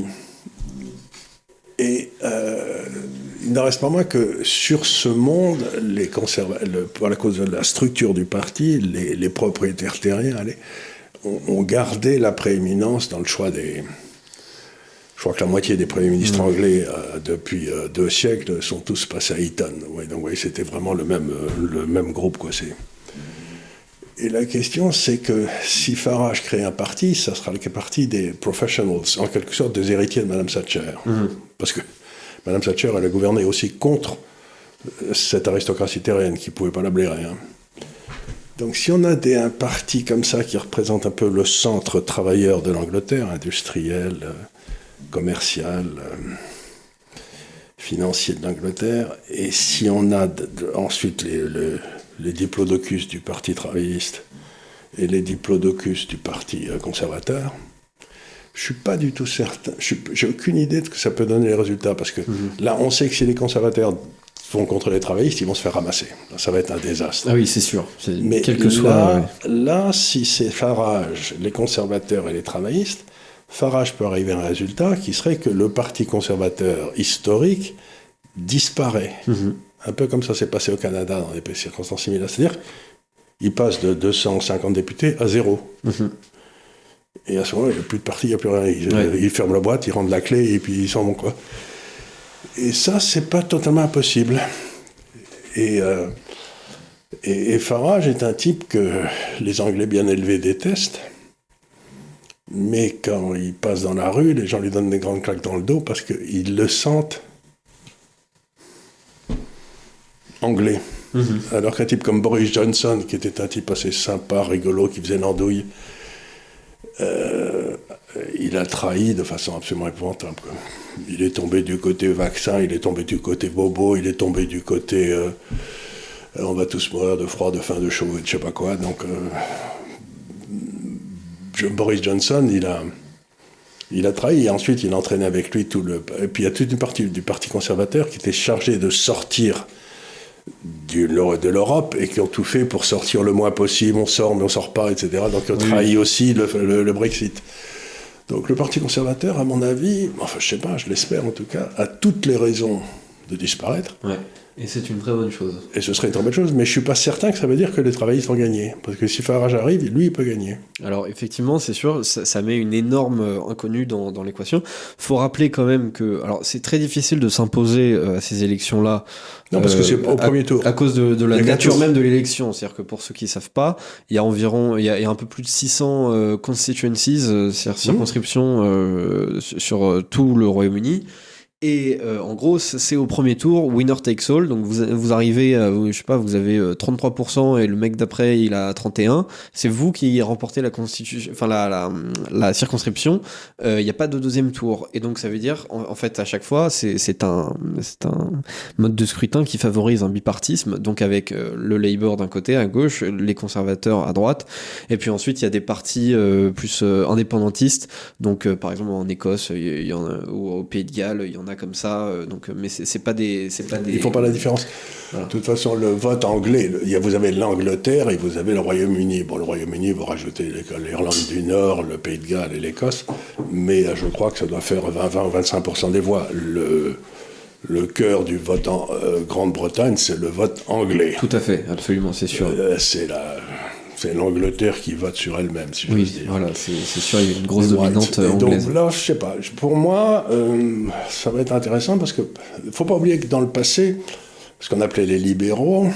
Et euh, il n'en reste pas moins que sur ce monde, les conserva- le, pour la cause de la structure du parti, les, les propriétaires terriens allez, ont, ont gardé la prééminence dans le choix des... crois que la moitié des premiers ministres mmh. anglais euh, depuis euh, deux siècles sont tous passés à Eton. Ouais, donc ouais, c'était vraiment le même, euh, le même groupe, quoi. C'est... Et la question, c'est que si Farage crée un parti, ça sera le parti des professionals, en quelque sorte des héritiers de Mme Thatcher. Mmh. Parce que Mme Thatcher, elle a gouverné aussi contre cette aristocratie terrienne qui ne pouvait pas la blairer. Hein. Donc si on a des, un parti comme ça qui représente un peu le centre travailleur de l'Angleterre, industriel, euh, commercial, euh, financier de l'Angleterre, et si on a de, de, ensuite les, les, les diplodocus du Parti travailliste et les diplodocus du Parti euh, conservateur, je ne suis pas du tout certain, je n'ai aucune idée de ce que ça peut donner les résultats, parce que mmh. là, on sait que si les conservateurs vont contre les travaillistes, ils vont se faire ramasser. Ça va être un désastre. Ah oui, c'est sûr. C'est, Mais quel que là, soit, ouais. là, si c'est Farage, les conservateurs et les travaillistes, Farage peut arriver à un résultat qui serait que le parti conservateur historique disparaît. Mm-hmm. Un peu comme ça s'est passé au Canada dans des circonstances similaires. C'est-à-dire qu'il passe de deux cent cinquante députés à zéro. Mm-hmm. Et à ce moment-là, il n'y a plus de parti, il n'y a plus rien. Ils, ouais. ils ferment la boîte, ils rendent la clé et puis ils s'en vont, quoi. Et ça, c'est pas totalement impossible. Et, euh, et, et Farage est un type que les Anglais bien élevés détestent. Mais quand il passe dans la rue, les gens lui donnent des grandes claques dans le dos parce qu'ils le sentent anglais. Mm-hmm. Alors qu'un type comme Boris Johnson, qui était un type assez sympa, rigolo, qui faisait l'andouille, euh, il a trahi de façon absolument épouvantable. Quoi. Il est tombé du côté vaccin, il est tombé du côté bobo, il est tombé du côté euh, on va tous mourir de froid, de faim, de chaud, et de je sais pas quoi. Donc, euh, Boris Johnson, il a, il a trahi, et ensuite il a entraîné avec lui tout le... Et puis il y a toute une partie du Parti conservateur qui était chargée de sortir du, de l'Europe, et qui ont tout fait pour sortir le moins possible, on sort mais on sort pas, et cetera. Donc ils ont oui. trahi aussi le, le, le Brexit. Donc le Parti conservateur, à mon avis, enfin je sais pas, je l'espère en tout cas, a toutes les raisons de disparaître. Ouais. Et c'est une très bonne chose. Et ce serait une très bonne chose, mais je suis pas certain que ça veut dire que les travaillistes vont gagner. Parce que si Farage arrive, lui, il peut gagner. Alors effectivement, c'est sûr, ça, ça met une énorme inconnue dans, dans l'équation. Faut rappeler quand même que, alors c'est très difficile de s'imposer euh, à ces élections-là. Non, parce euh, que c'est au premier à, tour. À cause de, de la nature même de l'élection. C'est-à-dire que pour ceux qui ne savent pas, il y a environ, il y a, il y a un peu plus de six cents euh, constituencies, euh, c'est-à-dire circonscriptions euh, sur euh, tout le Royaume-Uni. Et euh, en gros, c'est au premier tour, winner takes all. Donc vous, vous arrivez, à, je sais pas, vous avez trente-trois pour cent et le mec d'après il a trente et un. C'est vous qui remportez la constitution, enfin la la, la circonscription. Il euh, n'y a pas de deuxième tour. Et donc ça veut dire, en, en fait, à chaque fois, c'est c'est un c'est un mode de scrutin qui favorise un bipartisme. Donc avec euh, le Labour d'un côté à gauche, les conservateurs à droite. Et puis ensuite il y a des partis euh, plus euh, indépendantistes. Donc euh, par exemple en Écosse, il y en a, ou au Pays de Galles, il y en a comme ça, euh, donc, mais c'est, c'est pas des, c'est pas des... Ils font pas la différence. Voilà. De toute façon, le vote anglais, il y a, vous avez l'Angleterre et vous avez le Royaume-Uni. Bon, le Royaume-Uni, vous rajoutez l'Irlande du Nord, le Pays de Galles et l'Écosse, mais je crois que ça doit faire vingt, vingt ou vingt-cinq pour cent des voix. Le, le cœur du vote en euh, Grande-Bretagne, c'est le vote anglais. Tout à fait, absolument, c'est sûr. Euh, c'est la... C'est l'Angleterre qui vote sur elle-même, si je oui, veux dire. Voilà, c'est, c'est sûr, il y a une grosse dominante right. anglaise. Donc là, je sais pas. Pour moi, euh, ça va être intéressant parce que faut pas oublier que dans le passé, ce qu'on appelait les libéraux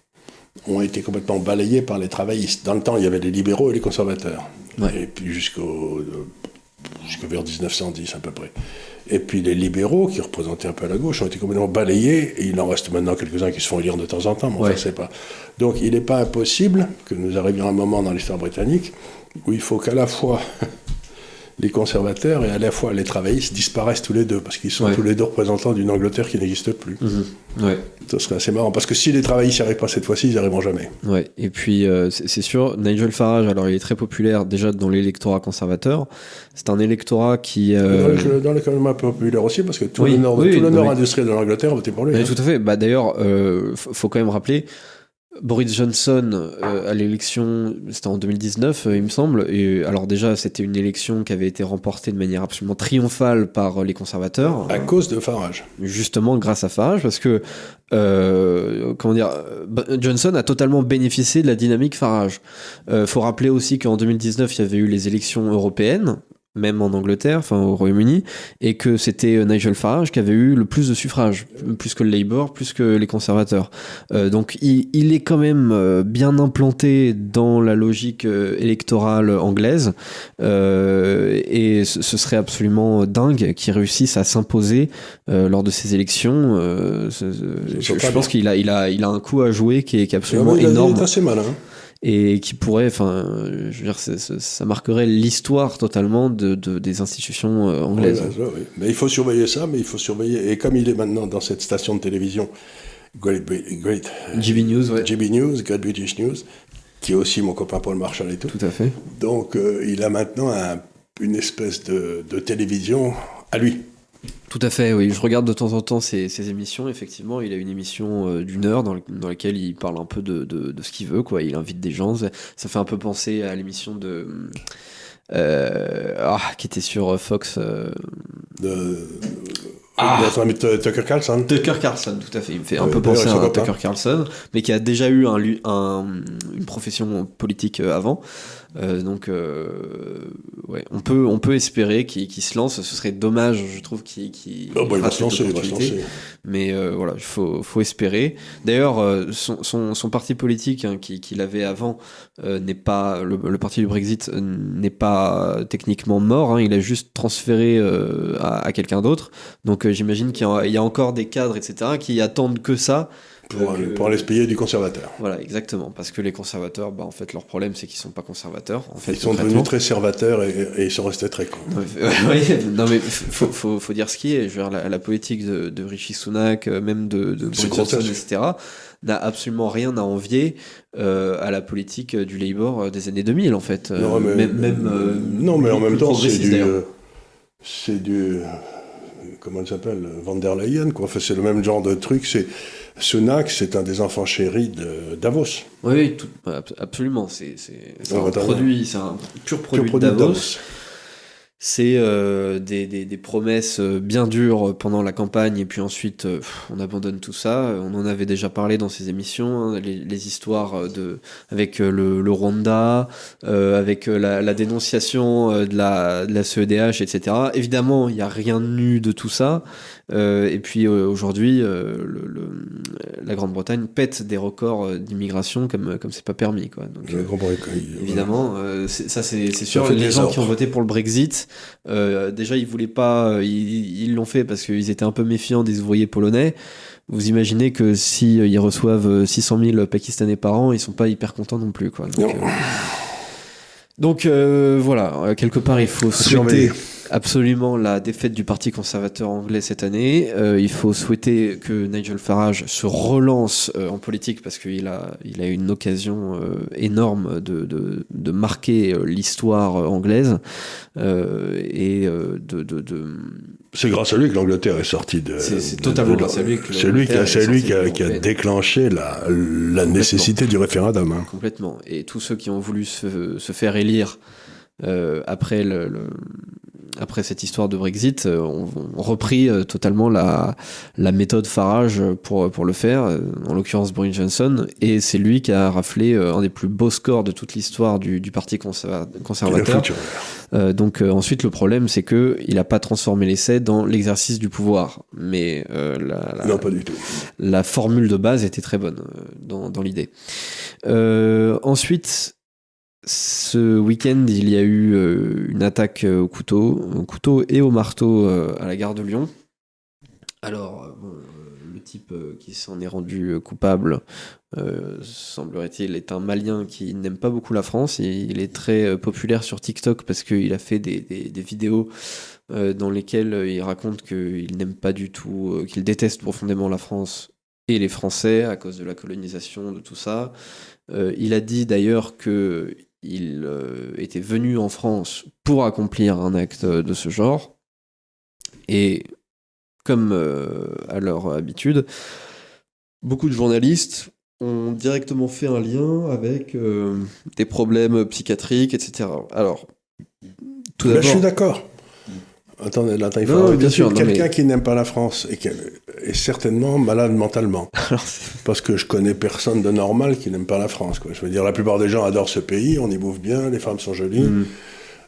ont été complètement balayés par les travaillistes. Dans le temps, il y avait les libéraux et les conservateurs. Ouais. Et puis jusqu'au, jusqu'au vers dix-neuf cent dix à peu près. Et puis les libéraux, qui représentaient un peu à la gauche, ont été complètement balayés, et il en reste maintenant quelques-uns qui se font élire de temps en temps, mais ouais. enfin, c'est pas. Donc il n'est pas impossible que nous arrivions à un moment dans l'histoire britannique où il faut qu'à la fois les conservateurs et à la fois les travaillistes disparaissent tous les deux, parce qu'ils sont ouais. tous les deux représentants d'une Angleterre qui n'existe plus. Mmh. Ouais. Ça serait assez marrant, parce que si les travaillistes n'y arrivent pas cette fois-ci, ils n'y arriveront jamais. Ouais. Et puis, euh, c'est, c'est sûr, Nigel Farage, alors il est très populaire déjà dans l'électorat conservateur. C'est un électorat qui... Euh... Dans, le, dans l'économie populaire aussi, parce que tout oui, le nord, oui, tout le nord mais... industriel de l'Angleterre a voté pour lui. Mais hein. Tout à fait. Bah, d'ailleurs, il euh, faut, faut quand même rappeler... Boris Johnson euh, à l'élection, c'était en deux mille dix-neuf euh, il me semble, et alors déjà c'était une élection qui avait été remportée de manière absolument triomphale par euh, les conservateurs. À cause de Farage. Justement grâce à Farage, parce que euh, comment dire, Johnson a totalement bénéficié de la dynamique Farage. Euh, faut rappeler aussi qu'en deux mille dix-neuf il y avait eu les élections européennes, même en Angleterre, enfin au Royaume-Uni, et que c'était Nigel Farage qui avait eu le plus de suffrages, plus que le Labour, plus que les conservateurs. Euh, donc il, il est quand même euh, bien implanté dans la logique euh, électorale anglaise, euh, et ce, ce serait absolument dingue qu'il réussisse à s'imposer euh, lors de ces élections. Euh, ce, ce, je, je pense qu'il a, il a, il a un coup à jouer qui est, qui est absolument il a, énorme. Il est assez malin. Et qui pourrait, enfin, je veux dire, c'est, c'est, ça marquerait l'histoire totalement de, de, des institutions euh, anglaises. Oui, ben, oui. Mais il faut surveiller ça, mais il faut surveiller. Et comme il est maintenant dans cette station de télévision, Great, Great G B News, ouais. G B News, Great British News, qui est aussi mon copain Paul Marshall et tout. Tout à fait. Donc, euh, il a maintenant un, une espèce de, de télévision à lui. Tout à fait, oui. Je regarde de temps en temps ses, ses émissions. Effectivement, il a une émission euh, d'une heure dans, le, dans laquelle il parle un peu de, de, de ce qu'il veut, quoi. Il invite des gens. Ça fait un peu penser à l'émission de euh, ah, qui était sur Fox. Euh... De... Ah, Tucker Carlson. Tucker Carlson, tout à fait. Il me fait un ouais, peu penser à Tucker Carlson, mais qui a déjà eu un, un, une profession politique avant. Euh, donc, euh, ouais, on peut, on peut espérer qu'il, qu'il se lance. Ce serait dommage, je trouve, qu'il, qu'il oh, bah, il va se lancer, il va se lancer. Mais euh, voilà, il faut, faut espérer. D'ailleurs, euh, son, son, son parti politique hein, qu'il, qu'il avait avant euh, n'est pas le, le parti du Brexit euh, n'est pas techniquement mort. Hein, il a juste transféré euh, à, à quelqu'un d'autre. Donc, euh, j'imagine qu'il y a, il y a encore des cadres, et cetera, qui attendent que ça. Pour, euh, pour aller se payer du conservateur. Voilà, exactement. Parce que les conservateurs, bah, en fait, leur problème, c'est qu'ils sont pas conservateurs. En fait, ils sont devenus très servateurs et, et ils sont restés très cons. Oui, non, mais faut, faut, faut dire ce qui est. Je veux dire, la, la politique de, de Rishi Sunak, même de, de Boris Johnson, et cetera, n'a absolument rien à envier euh, à la politique du Labour des années deux mille, en fait. Non, mais, même, même, euh, non, mais en même temps, c'est du... Euh, c'est du... Comment elle s'appelle, Van der Leyen, quoi. Enfin, c'est le même genre de truc. C'est Sunak, c'est un des enfants chéris de Davos. Oui, tout, absolument. C'est, c'est, c'est un produit, c'est un pur produit, pur produit de Davos. De Davos. C'est euh, des, des, des promesses bien dures pendant la campagne et puis ensuite euh, on abandonne tout ça. On en avait déjà parlé dans ces émissions, hein, les, les histoires de, avec le, le Rwanda, euh, avec la, la dénonciation de la, de la C E D H, et cetera. Évidemment, il n'y a rien de nu de tout ça. Euh, et puis euh, aujourd'hui, euh, le, le, la Grande-Bretagne pète des records d'immigration comme comme c'est pas permis, quoi. Donc euh, évidemment, euh, c'est, ça c'est, c'est sûr. Les gens ordres. qui ont voté pour le Brexit, euh, déjà ils voulaient pas, ils, ils l'ont fait parce qu'ils étaient un peu méfiants des ouvriers polonais. Vous imaginez que si ils reçoivent six cent mille Pakistanais par an, ils sont pas hyper contents non plus, quoi. Donc, euh, donc euh, voilà, quelque part il faut souhaiter absolument la défaite du Parti conservateur anglais cette année. Euh, il faut souhaiter que Nigel Farage se relance euh, en politique parce qu'il a, il a une occasion euh, énorme de, de, de marquer euh, l'histoire anglaise euh, et euh, de, de, de... C'est grâce à lui que l'Angleterre est sortie de... C'est, c'est totalement de, grâce à lui que c'est lui qui a, c'est lui qui a, qui a déclenché la, la nécessité du référendum. Hein. Complètement. Et tous ceux qui ont voulu se, se faire élire euh, après le... le après cette histoire de Brexit, on, on repris euh, totalement la, la méthode Farage pour, pour le faire, euh, en l'occurrence Boris Johnson, et c'est lui qui a raflé euh, un des plus beaux scores de toute l'histoire du, du Parti conserva- conservateur. Euh, donc euh, ensuite, le problème, c'est que il n'a pas transformé l'essai dans l'exercice du pouvoir, mais euh, la, la, non, pas du tout. La formule de base était très bonne euh, dans, dans l'idée. Euh, ensuite... Ce week-end, il y a eu euh, une attaque au couteau, au couteau et au marteau euh, à la gare de Lyon. Alors, euh, bon, le type euh, qui s'en est rendu coupable, euh, semblerait-il, est un Malien qui n'aime pas beaucoup la France. Et il est très euh, populaire sur TikTok parce qu'il a fait des, des, des vidéos euh, dans lesquelles il raconte qu'il n'aime pas du tout, euh, qu'il déteste profondément la France et les Français à cause de la colonisation, de tout ça. Euh, il a dit d'ailleurs que il euh, était venu en France pour accomplir un acte de ce genre. Et comme euh, à leur habitude, beaucoup de journalistes ont directement fait un lien avec euh, des problèmes psychiatriques, et cetera. Alors, tout d'abord... Ben, je suis d'accord. Attendez, là, il faut non, bien sûr, quelqu'un mais... qui n'aime pas la France et qui est certainement malade mentalement. Alors, parce que je connais personne de normal qui n'aime pas la France, quoi. Je veux dire, la plupart des gens adorent ce pays, on y bouffe bien, les femmes sont jolies. Mm.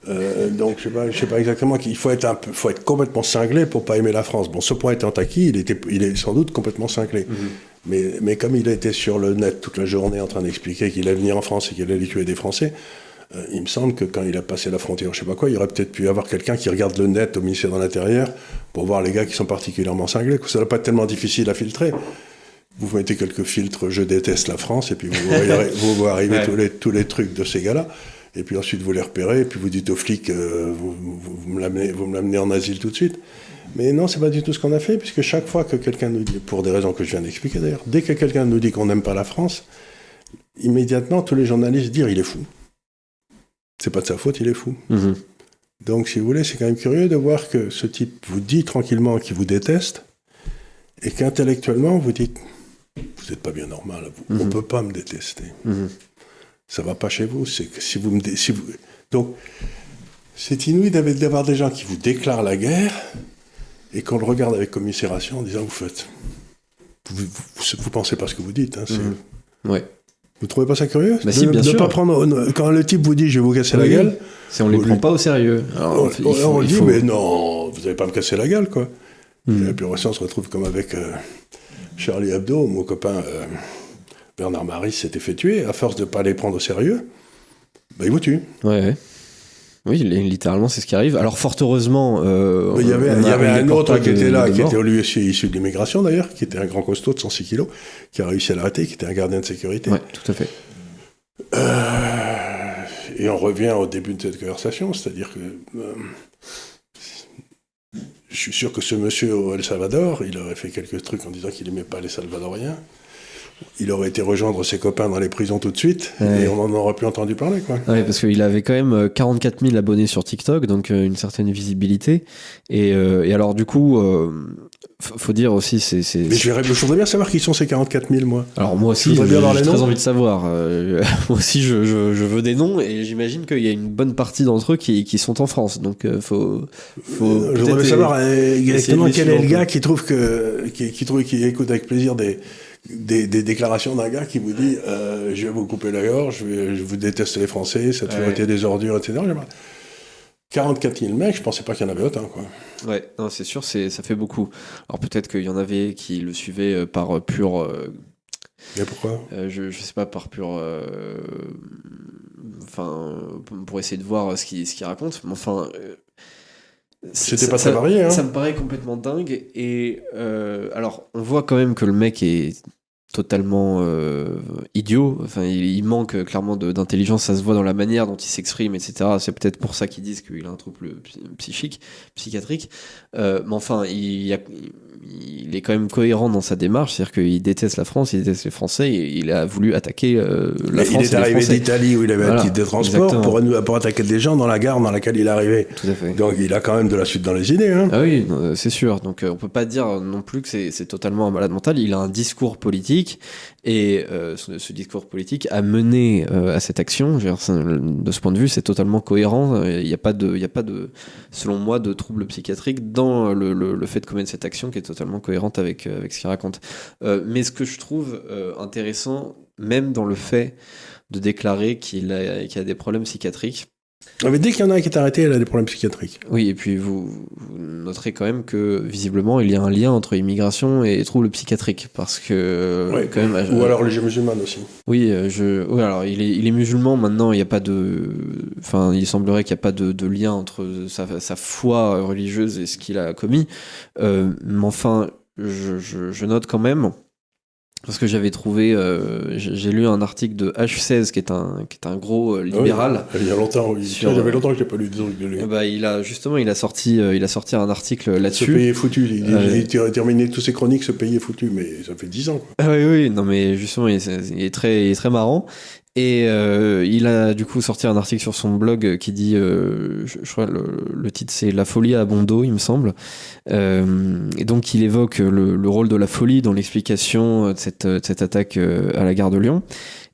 Euh, donc, je sais pas, je sais pas exactement qu'il faut être un peu, faut être complètement cinglé pour pas aimer la France. Bon, ce point étant acquis, il était, il est sans doute complètement cinglé. Mm-hmm. Mais, mais comme il était sur le net toute la journée en train d'expliquer qu'il allait venir en France et qu'il allait tuer des Français, euh, il me semble que quand il a passé la frontière, je sais pas quoi, il aurait peut-être pu avoir quelqu'un qui regarde le net au ministère de l'Intérieur pour voir les gars qui sont particulièrement cinglés. Ça doit pas être tellement difficile à filtrer. Vous mettez quelques filtres, je déteste la France, et puis vous voyez, vous voyez arriver ouais. tous les, tous les trucs de ces gars-là. Et puis ensuite, vous les repérez, et puis vous dites aux flics, euh, vous, vous, vous, me l'amenez, vous me l'amenez en asile tout de suite. Mais non, c'est pas du tout ce qu'on a fait, puisque chaque fois que quelqu'un nous dit, pour des raisons que je viens d'expliquer d'ailleurs, dès que quelqu'un nous dit qu'on n'aime pas la France, immédiatement, tous les journalistes disent, il est fou. C'est pas de sa faute, il est fou. Mm-hmm. Donc, si vous voulez, c'est quand même curieux de voir que ce type vous dit tranquillement qu'il vous déteste, et qu'intellectuellement, vous dites, vous n'êtes pas bien normal, vous. Mm-hmm. On peut pas me détester. Mm-hmm. Ça va pas chez vous, c'est que si vous me... Dé... Si vous... Donc, c'est inouï d'avoir des gens qui vous déclarent la guerre et qu'on le regarde avec commisération en disant, vous faites... Vous, vous, vous pensez pas ce que vous dites. Hein, c'est... Mmh. Ouais. Vous trouvez pas ça curieux? Bah de, si, bien de sûr. Pas prendre... Quand le type vous dit, je vais vous casser oui, la gueule... Si on les prend lui... pas au sérieux. Alors, on, il on, faut, on il dit, faut... mais non, vous n'allez pas me casser la gueule, quoi. Mmh. Et puis, on se retrouve comme avec euh, Charlie Hebdo, mon copain... Euh, Bernard Maris s'était fait tuer, à force de ne pas les prendre au sérieux, bah, il vous tue. Ouais, ouais. Oui, littéralement, c'est ce qui arrive. Alors, fort heureusement... Euh, il y avait, il y avait un autre qui était là, qui était lui aussi issu de l'immigration d'ailleurs, qui était un grand costaud de cent six kilos, qui a réussi à l'arrêter, qui était un gardien de sécurité. Oui, tout à fait. Euh, et on revient au début de cette conversation, c'est-à-dire que... Euh, je suis sûr que ce monsieur au El Salvador, il aurait fait quelques trucs en disant qu'il n'aimait pas les Salvadoriens. Il aurait été rejoindre ses copains dans les prisons tout de suite, ouais. Et on n'en aurait plus entendu parler, quoi. Ouais, parce qu'il avait quand même quarante-quatre mille abonnés sur TikTok, donc une certaine visibilité. Et, euh, et alors, du coup, euh, faut dire aussi, c'est... c'est Mais je, je voudrais bien savoir qui sont ces quarante-quatre mille, moi. Alors, moi aussi, j'ai très envie de savoir. Euh, moi aussi, je, je, je veux des noms, et j'imagine qu'il y a une bonne partie d'entre eux qui, qui sont en France, donc euh, faut... faut euh, je voudrais savoir exactement quel est le gars qui trouve que... qui, qui trouve qui écoute avec plaisir des... Des, des déclarations d'un gars qui vous dit euh, je vais vous couper la gorge, je, vais, je vous déteste les Français, ça a toujours été des ordures, et cetera. quarante-quatre mille mecs, je pensais pas qu'il y en avait autant, quoi. Ouais, non, c'est sûr, c'est, ça fait beaucoup. Alors peut-être qu'il y en avait qui le suivaient par pur... Euh, Mais pourquoi euh, je, je sais pas, par pur... Enfin, euh, pour essayer de voir ce qu'il, ce qu'il raconte, mais enfin... Euh, C'était pas très varié, hein. Ça me paraît complètement dingue. Et euh, alors, on voit quand même que le mec est totalement euh, idiot. Enfin, il, il manque clairement de, d'intelligence. Ça se voit dans la manière dont il s'exprime, et cetera. C'est peut-être pour ça qu'ils disent qu'il a un trouble psychique, psychiatrique. Euh, mais enfin, il, a, il est quand même cohérent dans sa démarche. C'est-à-dire qu'il déteste la France, il déteste les Français. Et il a voulu attaquer euh, la mais France. Il est arrivé d'Italie où il avait voilà, un titre de transport pour, pour attaquer des gens dans la gare dans laquelle il est arrivé. Tout à fait. Donc il a quand même de la suite dans les idées. Hein. Ah oui, c'est sûr. Donc on peut pas dire non plus que c'est, c'est totalement un malade mental. Il a un discours politique. Et euh, ce, ce discours politique a mené euh, à cette action. Je veux dire, de ce point de vue, c'est totalement cohérent. Il n'y a pas de, il y a pas de, selon moi, de trouble psychiatrique dans le, le, le fait de commettre cette action qui est totalement cohérente avec, avec ce qu'il raconte. Euh, mais ce que je trouve euh, intéressant, même dans le fait de déclarer qu'il a, qu'il a des problèmes psychiatriques. Mais dès qu'il y en a un qui est arrêté, elle a des problèmes psychiatriques. Oui, et puis vous, vous noterez quand même que visiblement il y a un lien entre immigration et troubles psychiatriques, parce que ouais. quand même. Ou euh, alors les musulmans aussi. Oui, je. Oui, alors il est, il est musulman maintenant. Il n'y a pas de. Enfin, il semblerait qu'il n'y a pas de, de lien entre sa, sa foi religieuse et ce qu'il a commis. Euh, mais enfin, je, je, je note quand même. Parce que j'avais trouvé, euh, j'ai lu un article de H seize qui est un qui est un gros euh, libéral. Oui, il y a longtemps, oui. Sur, J'avais longtemps que j'ai pas lu des trucs de lui. Bah, il a justement, il a sorti, euh, il a sorti un article là-dessus. Ce pays est foutu. Il, euh, il a terminé toutes ses chroniques. Ce pays est foutu, mais ça fait dix ans. Quoi. Ah oui, oui, non, mais justement, il, il est très, il est très marrant. Et euh, il a du coup sorti un article sur son blog qui dit, euh, je, je crois le, le titre c'est La folie à bon dos, il me semble. Euh, et donc il évoque le, le rôle de la folie dans l'explication de cette, de cette attaque à la gare de Lyon.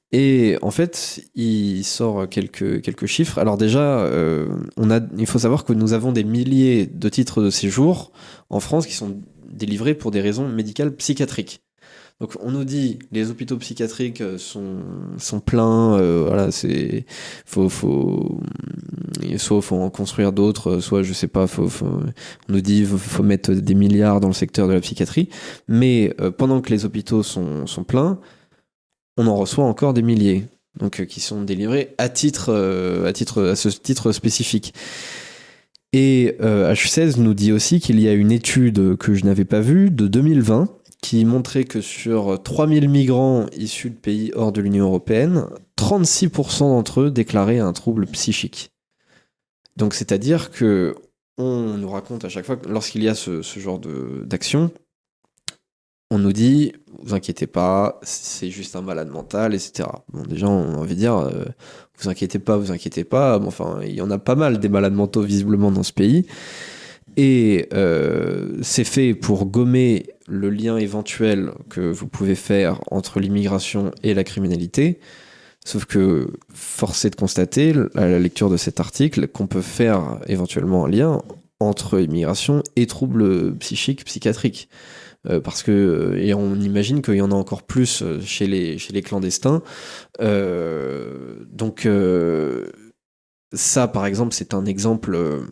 Et en fait, il sort quelques quelques chiffres. Alors déjà, euh, on a, il faut savoir que nous avons des milliers de titres de séjour en France qui sont délivrés pour des raisons médicales psychiatriques. Donc on nous dit les hôpitaux psychiatriques sont sont pleins, euh, voilà, c'est faut faut soit faut en construire d'autres, soit je sais pas, faut, faut on nous dit faut, faut mettre des milliards dans le secteur de la psychiatrie, mais euh, pendant que les hôpitaux sont sont pleins, on en reçoit encore des milliers, donc euh, qui sont délivrés à titre euh, à titre à ce titre spécifique. Et euh, H seize nous dit aussi qu'il y a une étude que je n'avais pas vue de deux mille vingt qui montrait que sur trois mille migrants issus de pays hors de l'Union européenne, trente-six pour cent d'entre eux déclaraient un trouble psychique. Donc c'est-à-dire que on nous raconte à chaque fois que lorsqu'il y a ce, ce genre de, d'action, on nous dit vous inquiétez pas, c'est juste un malade mental, et cetera. Bon, déjà on a envie de dire euh, vous inquiétez pas, vous inquiétez pas. Bon, enfin, il y en a pas mal des malades mentaux visiblement dans ce pays. Et euh, c'est fait pour gommer le lien éventuel que vous pouvez faire entre l'immigration et la criminalité. Sauf que force est de constater, à la lecture de cet article, qu'on peut faire éventuellement un lien entre immigration et troubles psychiques, psychiatriques. Euh, parce que, et on imagine qu'il y en a encore plus chez les, chez les clandestins. Euh, donc, euh, ça, par exemple, c'est un exemple... Euh,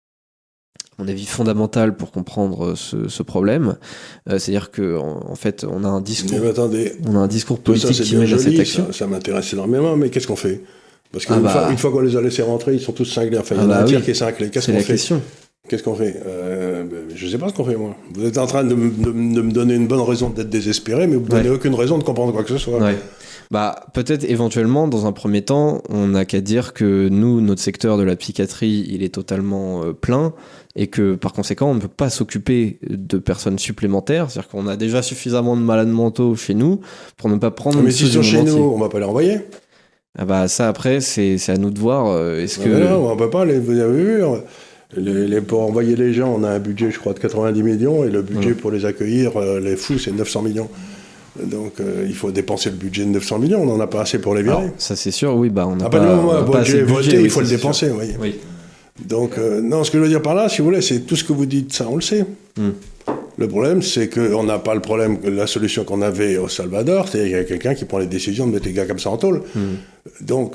à mon avis fondamental pour comprendre ce, ce problème, euh, c'est-à-dire que en, en fait on a un discours, mais attendez, on a un discours politique ça, qui mène à cette action. Ça, ça m'intéresse énormément, mais qu'est-ce qu'on fait? Parce qu'une ah bah, fois, une fois qu'on les a laissés rentrer, ils sont tous cinglés. Enfin, il y en ah a bah un tiers oui. qui est cinglé. Qu'est-ce c'est qu'on la fait question. Qu'est-ce qu'on fait euh, Je ne sais pas ce qu'on fait, moi. Vous êtes en train de, me- de, de me donner une bonne raison d'être désespéré, mais vous ne me donnez Ouais. aucune raison de comprendre quoi que ce soit. Ouais. Bah, peut-être éventuellement, dans un premier temps, on n'a qu'à dire que nous, notre secteur de la psychiatrie, il est totalement euh, plein et que par conséquent, on ne peut pas s'occuper de personnes supplémentaires. C'est-à-dire qu'on a déjà suffisamment de malades mentaux chez nous pour ne pas prendre. Mais s'ils ceux sont du chez monde nous, entier. on ne va pas les renvoyer. Ah bah ça après, c'est c'est à nous de voir. euh, Est-ce Ah que ben non, on ne peut pas. Les, vous avez vu, on- les, les- pour envoyer les gens, on a un budget, je crois, de quatre-vingt-dix millions, et le budget Ouais. pour les accueillir, euh, les fous, c'est neuf cents millions. Donc euh, il faut dépenser le budget de neuf cents millions, on n'en a pas assez pour les virer. Alors, ça c'est sûr, oui, bah on n'a Ah pas, ben non, on moi, n'a bon, pas assez j'ai de budget, voté, oui, il faut ça, le c'est dépenser, sûr. vous voyez. Oui. Donc, euh, non, ce que je veux dire par là, si vous voulez, c'est tout ce que vous dites, ça, on le sait. Hmm. Le problème, c'est qu'on n'a pas le problème, la solution qu'on avait au Salvador, c'est qu'il y a quelqu'un qui prend les décisions de mettre les gars comme ça en tôle. Hmm. Donc,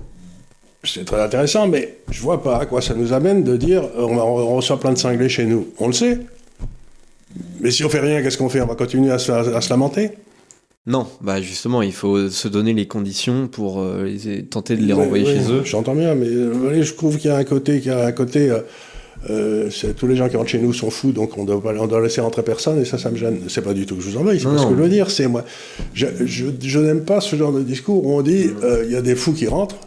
c'est très intéressant, mais je vois pas à quoi ça nous amène de dire euh, on, on reçoit plein de cinglés chez nous. On le sait. Mais si on fait rien, qu'est-ce qu'on fait? On va continuer à se, à se lamenter? Non, bah justement, il faut se donner les conditions pour euh, les- tenter de les Oui, renvoyer oui, chez eux. J'entends bien, mais euh, vous voyez, je trouve qu'il y a un côté, qu'il y a un côté euh, euh, c'est- tous les gens qui rentrent chez nous sont fous, donc on doit, pas- on doit laisser rentrer personne, et ça, ça me gêne. C'est pas du tout que je vous en veuille, c'est Non, pas ce non. que je veux dire. C'est moi, je, je, je n'aime pas ce genre de discours où on dit euh, il y a des fous qui rentrent.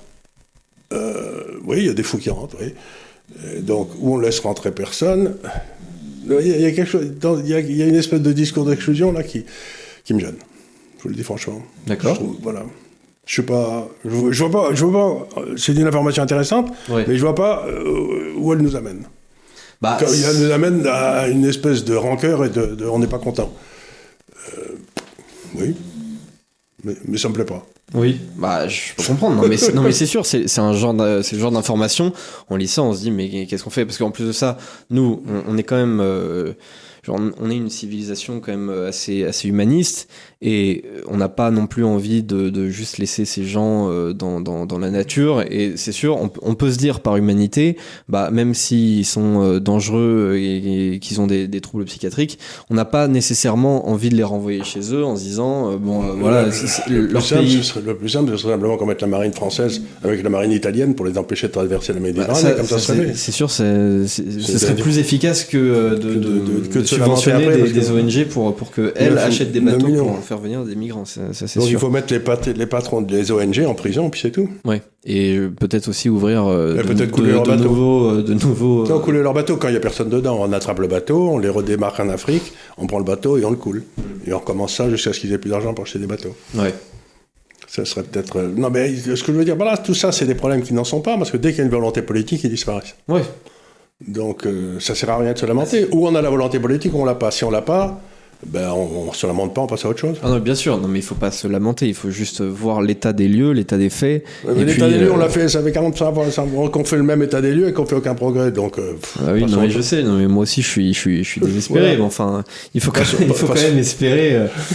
Euh, oui, il y a des fous qui rentrent, oui. Euh, donc, où on laisse rentrer personne. Il y a, il y a quelque chose, dans- il y a, il y a une espèce de discours d'exclusion là qui, qui me gêne. Je vous le dis franchement. D'accord. Je trouve, voilà. Je sais pas, je, vois- je vois pas, je vois pas. C'est une information intéressante, Ouais. mais je vois pas euh, où elle nous amène. Bah, Quand elle nous amène à une espèce de rancœur et de, de on n'est pas content. Euh, oui, mais, mais ça me plaît pas. oui, bah je peux comprendre. Non mais c'est, non mais c'est sûr, c'est, c'est un genre, de- c'est le genre d'information. On lit ça, on se dit mais qu'est-ce qu'on fait? Parce qu'en plus de ça, nous, on, on est quand même, euh, genre, on est une civilisation quand même assez, assez humaniste et on n'a pas non plus envie de, de juste laisser ces gens euh, dans, dans, dans la nature. Et c'est sûr, on, on peut se dire par humanité, bah même s'ils sont euh, dangereux et, et qu'ils ont des, des troubles psychiatriques, on n'a pas nécessairement envie de les renvoyer chez eux en se disant euh, bon euh, voilà, le, c'est, c'est- le leur plus simple, pays. ce serait, le plus simple, ce serait simplement qu'on mette la marine française avec la marine italienne pour les empêcher de traverser la Méditerranée, Bah, ça, comme ça, ça, serait c'est, bien. c'est sûr, c'est, c'est- ce C'est- serait plus efficace que euh, de, que de- de, de- que de se subventionner lamenter après, des, parce que- des O N G pour, pour qu'elles neuf- achètent des neuf bateaux millions. pour faire venir des migrants. Ça, ça, c'est Donc il sûr. faut mettre les, pat- les patrons des O N G en prison, puis c'est tout. Ouais. Et euh, peut-être aussi ouvrir euh, Et de, peut-être de- couler leur de bateau. nouveaux. euh, De nouveaux Quand on euh, coule leur bateau, quand il n'y a personne dedans, on attrape le bateau, on les redémarque en Afrique, on prend le bateau et on le coule. Et on recommence ça jusqu'à ce qu'ils aient plus d'argent pour acheter des bateaux. ouais. Ça serait peut-être... euh, Non, mais ce que je veux dire, voilà, tout ça, c'est des problèmes qui n'en sont pas, parce que dès qu'il y a une volonté politique, ils disparaissent. Ouais. Donc, euh, ça sert à rien de se lamenter. Ou on a la volonté politique, ou on l'a pas. Si on l'a pas, ben, on, on se lamente pas, on passe à autre chose. Ah non, bien sûr. Non, mais il faut pas se lamenter. Il faut juste voir l'état des lieux, l'état des faits. Ouais, mais et l'état puis, des lieux, euh, on l'a fait, ça fait quarante ans qu'on fait le même état des lieux et qu'on fait aucun progrès. Donc, euh, pff, Ah oui, passons non, à mais autre je chose. sais. Non, mais moi aussi, je suis, je suis, je suis désespéré. Voilà. Mais enfin, il faut quand, Passons- même, il faut quand passons- même espérer. euh,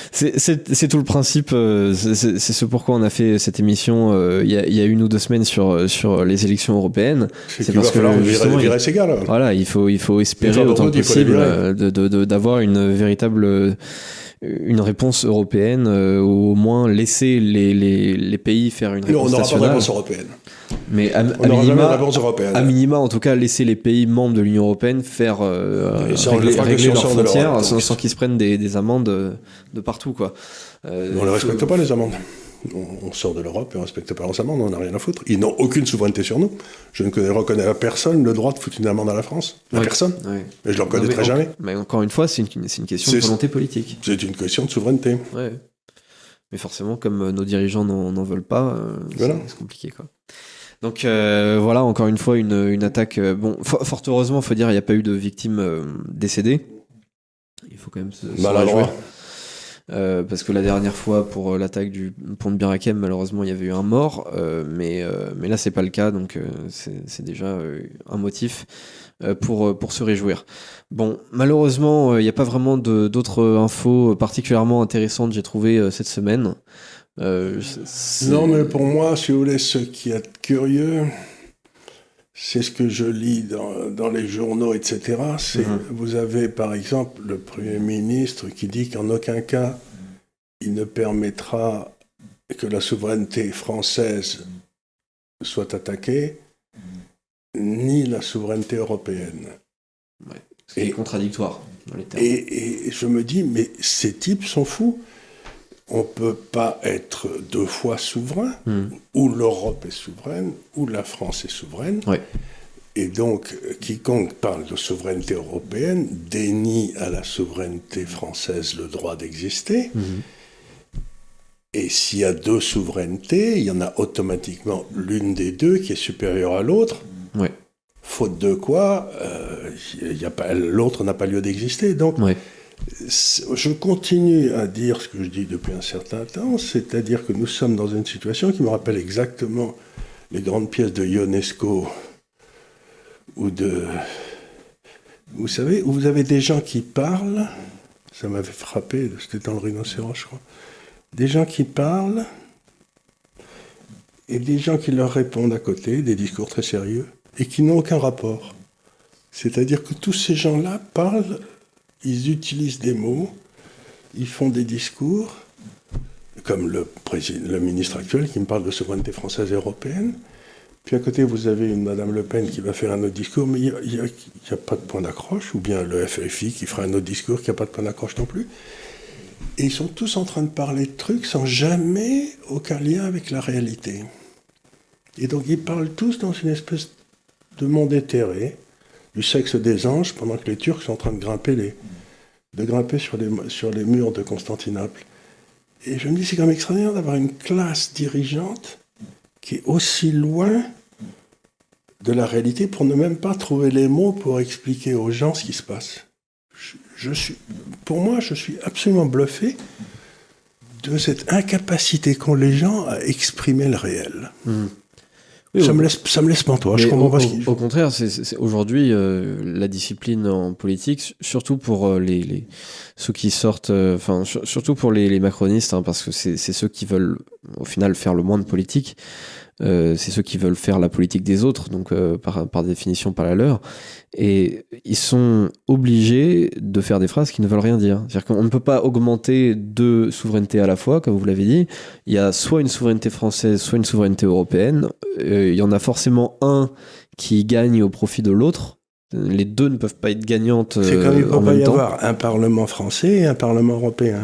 c'est, c'est, c'est tout le principe. euh, C'est, c'est, c'est ce pourquoi on a fait cette émission euh, il y, a, il y a une ou deux semaines sur, sur les élections européennes. C'est, c'est qu'il parce va falloir que virer, justement, virer il, ces gars-là. voilà, il faut, il faut espérer Enfin, autant que il faut les possible virer. euh, de, de, de, d'avoir une véritable une réponse européenne, euh, ou au moins laisser les, les, les pays faire une Non, on réponse n'aura pas de nationale. réponse européenne. Mais à, On à n'aura jamais de minima, réponse européenne. à minima, en tout cas, laisser les pays membres de l'Union européenne faire euh, Et ça, on le régler, fera que régler si on leurs sort de frontières l'Europe, sans, donc. sans qu'ils se prennent des, des amendes de, de partout, quoi. Euh, On ne les respecte faut- pas, les amendes. On, on sort de l'Europe et on ne respecte pas leurs amendes, on n'a rien à foutre. Ils n'ont aucune souveraineté sur nous. Je ne connais, reconnais à personne le droit de foutre une amende à la France. À Ouais. personne. Ouais. Et je ne le Non, mais reconnaîtrai en- jamais. Mais encore une fois, c'est une, c'est une question C'est- de volonté politique. C'est une question de souveraineté. Ouais. Mais forcément, comme euh, nos dirigeants n'en, n'en veulent pas, euh, Voilà. c'est, c'est compliqué, quoi. Donc euh, voilà, encore une fois, une, une attaque. euh, bon, fo- fort heureusement, faut dire, il n'y a pas eu de victimes euh, décédées. Il faut quand même se, se Maladroit. réjouir. Euh, parce que la dernière fois, pour euh, l'attaque du pont de Bir Hakeim, malheureusement, il y avait eu un mort. euh, mais, euh, mais là, c'est pas le cas, donc euh, c'est, c'est déjà euh, un motif euh, pour, euh, pour se réjouir. Bon, malheureusement, euh, il n'y a pas vraiment de, d'autres infos particulièrement intéressantes, j'ai trouvé euh, cette semaine. Euh, c'est- Non, mais pour moi, si vous voulez, ce qui est curieux, c'est ce que je lis dans, dans les journaux, et cetera. C'est, Mhm. vous avez, par exemple, le Premier ministre qui dit qu'en aucun cas, il ne permettra que la souveraineté française soit attaquée, ni la souveraineté européenne. Ce qui est Et- contradictoire dans les termes. Et, et je me dis, mais ces types sont fous. On ne peut pas être deux fois souverain. Hmm. Ou l'Europe est souveraine, ou la France est souveraine. Ouais. Et donc, euh, quiconque parle de souveraineté européenne dénie à la souveraineté française le droit d'exister. Mhm. Et s'il y a deux souverainetés, il y en a automatiquement l'une des deux qui est supérieure à l'autre. Ouais. Faute de quoi, euh, il y a pas, l'autre n'a pas lieu d'exister. Donc, Ouais. c'est- je continue à dire ce que je dis depuis un certain temps, c'est-à-dire que nous sommes dans une situation qui me rappelle exactement les grandes pièces de Ionesco ou de... Vous savez, où vous avez des gens qui parlent, ça m'avait frappé, c'était dans le rhinocéros, je crois, des gens qui parlent et des gens qui leur répondent à côté, des discours très sérieux, et qui n'ont aucun rapport. C'est-à-dire que tous ces gens-là parlent, ils utilisent des mots, ils font des discours, comme le, président, le ministre actuel qui me parle de souveraineté française et européenne. Puis à côté, vous avez une Madame Le Pen qui va faire un autre discours, mais il n'y a, a, a pas de point d'accroche, ou bien le F F I qui fera un autre discours qui n'a pas de point d'accroche non plus. Et ils sont tous en train de parler de trucs sans jamais aucun lien avec la réalité. Et donc ils parlent tous dans une espèce de monde éthéré, du sexe des anges, pendant que les Turcs sont en train de grimper, les, de grimper sur, les, sur les murs de Constantinople. Et je me dis, c'est quand même extraordinaire d'avoir une classe dirigeante qui est aussi loin de la réalité pour ne même pas trouver les mots pour expliquer aux gens ce qui se passe. Je, je suis, pour moi, je suis absolument bluffé de cette incapacité qu'ont les gens à exprimer le réel. Mmh. Oui, ça, au, me laisse, ça me laisse pantois, je comprends au, pas ce au, qu'il... au contraire, c'est, c'est, aujourd'hui, euh, la discipline en politique, surtout pour euh, les, les, ceux qui sortent, enfin, euh, surtout pour les, les macronistes, hein, parce que c'est, c'est ceux qui veulent, au final, faire le moins de politique. Euh, c'est ceux qui veulent faire la politique des autres, donc euh, par, par définition pas la leur, et ils sont obligés de faire des phrases qui ne veulent rien dire. C'est-à-dire qu'on ne peut pas augmenter deux souverainetés à la fois, comme vous l'avez dit. Il y a soit une souveraineté française, soit une souveraineté européenne. Euh, il y en a forcément un qui gagne au profit de l'autre. Les deux ne peuvent pas être gagnantes euh, C'est comme il ne peut en pas même y temps. avoir un Parlement français et un Parlement européen.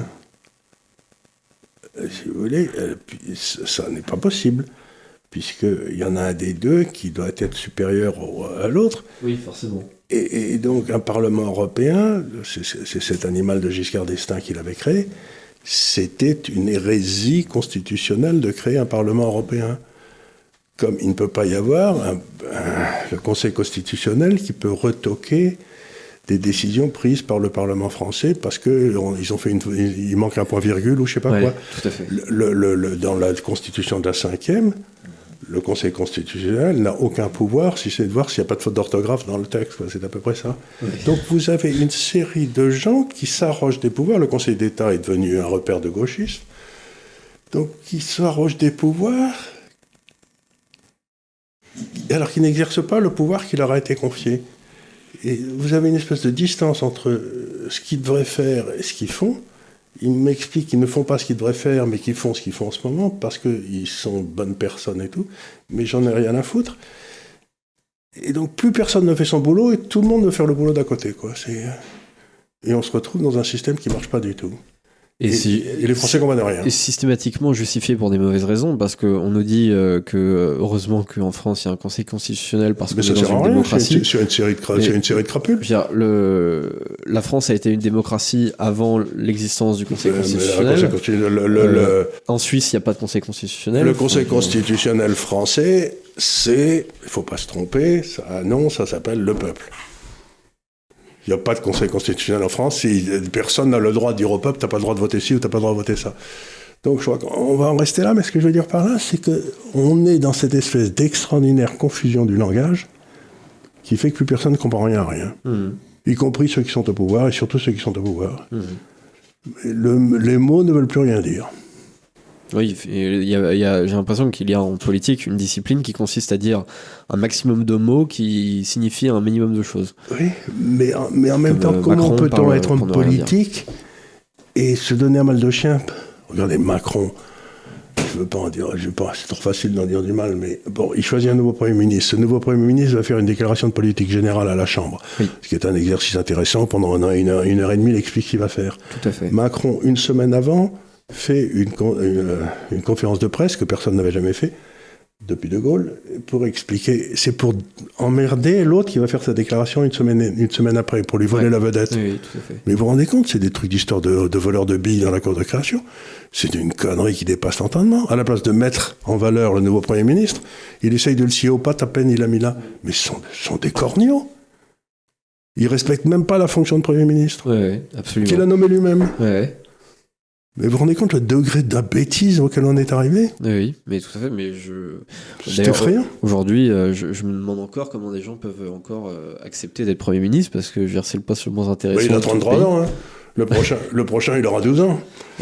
Euh, si vous voulez, euh, ça n'est pas possible. Puisqu'il y en a un des deux qui doit être supérieur au, à l'autre. Oui, forcément. Et, et donc, un Parlement européen, c'est, c'est, c'est cet animal de Giscard d'Estaing qu'il avait créé, c'était une hérésie constitutionnelle de créer un Parlement européen. Comme il ne peut pas y avoir un, un, le Conseil constitutionnel qui peut retoquer des décisions prises par le Parlement français parce qu'ils ont fait une, il manque un point virgule ou je ne sais pas ouais, quoi. Tout à fait. Le, le, le, dans la Constitution de la cinquième, Le Conseil constitutionnel n'a aucun pouvoir si c'est de voir s'il n'y a pas de faute d'orthographe dans le texte. C'est à peu près ça. Oui. Donc vous avez une série de gens qui s'arrogent des pouvoirs. Le Conseil d'État est devenu un repère de gauchistes. Donc qui s'arrogent des pouvoirs alors qu'ils n'exercent pas le pouvoir qui leur a été confié. Et vous avez une espèce de distance entre ce qu'ils devraient faire et ce qu'ils font. Ils m'expliquent qu'ils ne font pas ce qu'ils devraient faire, mais qu'ils font ce qu'ils font en ce moment, parce qu'ils sont bonnes personnes et tout, mais j'en ai rien à foutre. Et donc, plus personne ne fait son boulot, et tout le monde veut faire le boulot d'à côté, quoi. C'est... Et on se retrouve dans un système qui ne marche pas du tout. Et, et, si, et les Français comprennent rien. Et systématiquement justifié pour des mauvaises raisons, parce qu'on nous dit euh, que, heureusement qu'en France, il y a un Conseil constitutionnel, parce que c'est dans une rien, démocratie. C'est une, série de cra... une série de crapules. Dire, le... La France a été une démocratie avant l'existence du Conseil constitutionnel. Le Conseil, le, le, euh, le... En Suisse, il n'y a pas de Conseil constitutionnel. Le Conseil constitutionnel français, c'est, il ne faut pas se tromper, ça, non, ça s'appelle le peuple. Il n'y a pas de Conseil constitutionnel en France. Si personne n'a le droit de dire au peuple, tu n'as pas le droit de voter ci ou tu n'as pas le droit de voter ça. Donc je crois qu'on va en rester là, mais ce que je veux dire par là, c'est qu'on est dans cette espèce d'extraordinaire confusion du langage qui fait que plus personne ne comprend rien à rien. Mmh. Y compris ceux qui sont au pouvoir et surtout ceux qui sont au pouvoir. Mmh. Le, les mots ne veulent plus rien dire. Oui, il y a, il y a, j'ai l'impression qu'il y a en politique une discipline qui consiste à dire un maximum de mots qui signifie un minimum de choses. Oui, mais, mais en même Comme temps, comment Macron peut-on être en politique et se donner un mal de chien? Regardez, Macron, je veux pas en dire, je veux pas, c'est trop facile d'en dire du mal, mais bon, il choisit un nouveau Premier ministre. Ce nouveau Premier ministre va faire une déclaration de politique générale à la Chambre, oui. Ce qui est un exercice intéressant. Pendant un an, une heure, une heure et demie, il explique ce qu'il va faire. Tout à fait. Macron, une semaine avant, fait une, une, une conférence de presse que personne n'avait jamais fait depuis De Gaulle pour expliquer, c'est pour emmerder l'autre qui va faire sa déclaration une semaine, une semaine après, pour lui voler ouais. la vedette. Oui, tout à fait. Mais vous vous rendez compte, c'est des trucs d'histoire de, de voleurs de billes dans la cour de création. C'est une connerie qui dépasse l'entendement. À la place de mettre en valeur le nouveau Premier ministre, il essaye de le scier au pattes à peine il l'a mis là. Mais ce sont, ce sont des corneaux. Il respecte même pas la fonction de Premier ministre. Oui, ouais, absolument. Qu'il a nommé lui-même. Ouais. Mais vous vous rendez compte le degré de la bêtise auquel on est arrivé? Oui, mais tout à fait. Mais je. C'est effrayant. Aujourd'hui, euh, je, je me demande encore comment des gens peuvent encore euh, accepter d'être Premier ministre, parce que je veux dire, c'est le poste le moins intéressant. Oui, il a trente-trois ans. Hein. Le prochain, le prochain, il aura douze ans.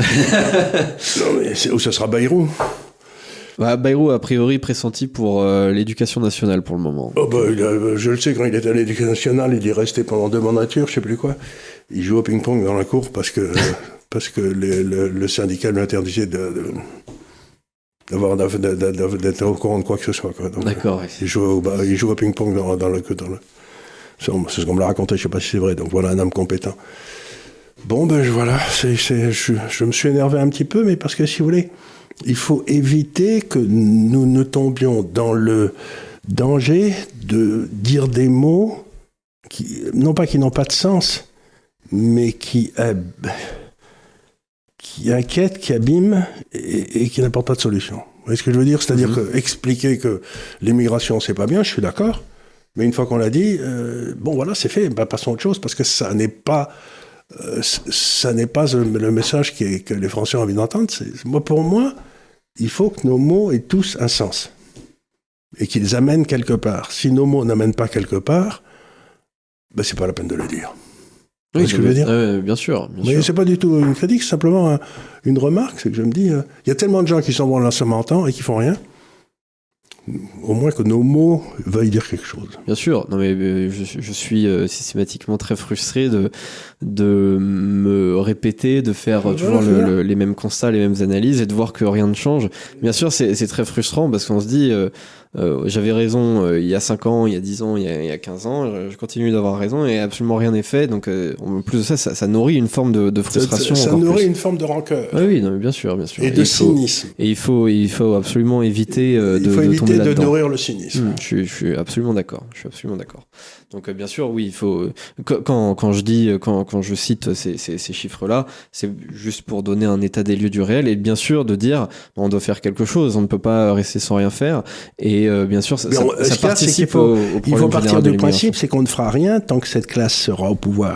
Non, mais c'est, ou ce sera Bayrou. Bah, Bayrou, a priori, pressenti pour euh, l'éducation nationale pour le moment. Oh, bah, il a, je le sais, quand il était à l'éducation nationale, il y est resté pendant deux mandatures, je sais plus quoi. Il joue au ping-pong dans la cour parce que. Parce que le, le, le syndicat lui interdisait de, de, d'avoir, de, de, de, d'être au courant de quoi que ce soit. Quoi. Donc, D'accord. Oui. Il, joue au, bah, il joue au ping-pong dans, dans le... Dans le c'est ce qu'on me l'a raconté, je ne sais pas si c'est vrai. Donc voilà, un homme compétent. Bon, ben voilà, c'est, c'est, je, je me suis énervé un petit peu, mais parce que si vous voulez, il faut éviter que nous ne tombions dans le danger de dire des mots, qui, non pas qui n'ont pas de sens, mais qui... Euh, qui inquiète, qui abîme et, et qui n'apporte pas de solution. Vous voyez ce que je veux dire? C'est-à-dire mm-hmm. que expliquer que l'immigration, c'est pas bien, je suis d'accord, mais une fois qu'on l'a dit, euh, bon voilà, c'est fait, bah, passons à autre chose, parce que ça n'est pas, euh, ça n'est pas le, le message qui est, que les Français ont envie d'entendre. C'est, moi, pour moi, il faut que nos mots aient tous un sens et qu'ils amènent quelque part. Si nos mots n'amènent pas quelque part, bah, c'est pas la peine de le dire. Oui, c'est ce que je veux dire. Euh, bien sûr. Bien Mais sûr. c'est pas du tout une critique, c'est simplement un, une remarque. C'est que je me dis, il euh, y a tellement de gens qui s'en vont en se mentant et qui font rien. Au moins que nos mots veuillent dire quelque chose. Bien sûr. Non, mais euh, je, je suis euh, systématiquement très frustré de, de me répéter, de faire euh, toujours le, le, les mêmes constats, les mêmes analyses et de voir que rien ne change. Bien sûr, c'est, c'est très frustrant parce qu'on se dit... Euh, Euh, j'avais raison euh, il y a cinq ans, il y a dix ans, il y a, il y a quinze ans, je, je continue d'avoir raison et absolument rien n'est fait. Donc, euh, en plus de ça, ça, ça nourrit une forme de, de frustration. Ça, ça nourrit plus. Une forme de rancœur. Oui, oui, non, mais bien sûr, bien sûr. Et, et de cynisme. Faut, et il faut, il faut absolument éviter euh, de, il faut de éviter tomber là-dedans. de nourrir le cynisme. Mmh, je, suis, je suis absolument d'accord. Je suis absolument d'accord. Donc, euh, bien sûr, oui, il faut. Euh, quand, quand je dis, quand, quand je cite ces, ces, ces chiffres-là, c'est juste pour donner un état des lieux du réel et bien sûr de dire, on doit faire quelque chose. On ne peut pas rester sans rien faire. Et euh, bien sûr, ça, ça, ça participe faut, au, au il faut partir du principe, c'est qu'on ne fera rien tant que cette classe sera au pouvoir.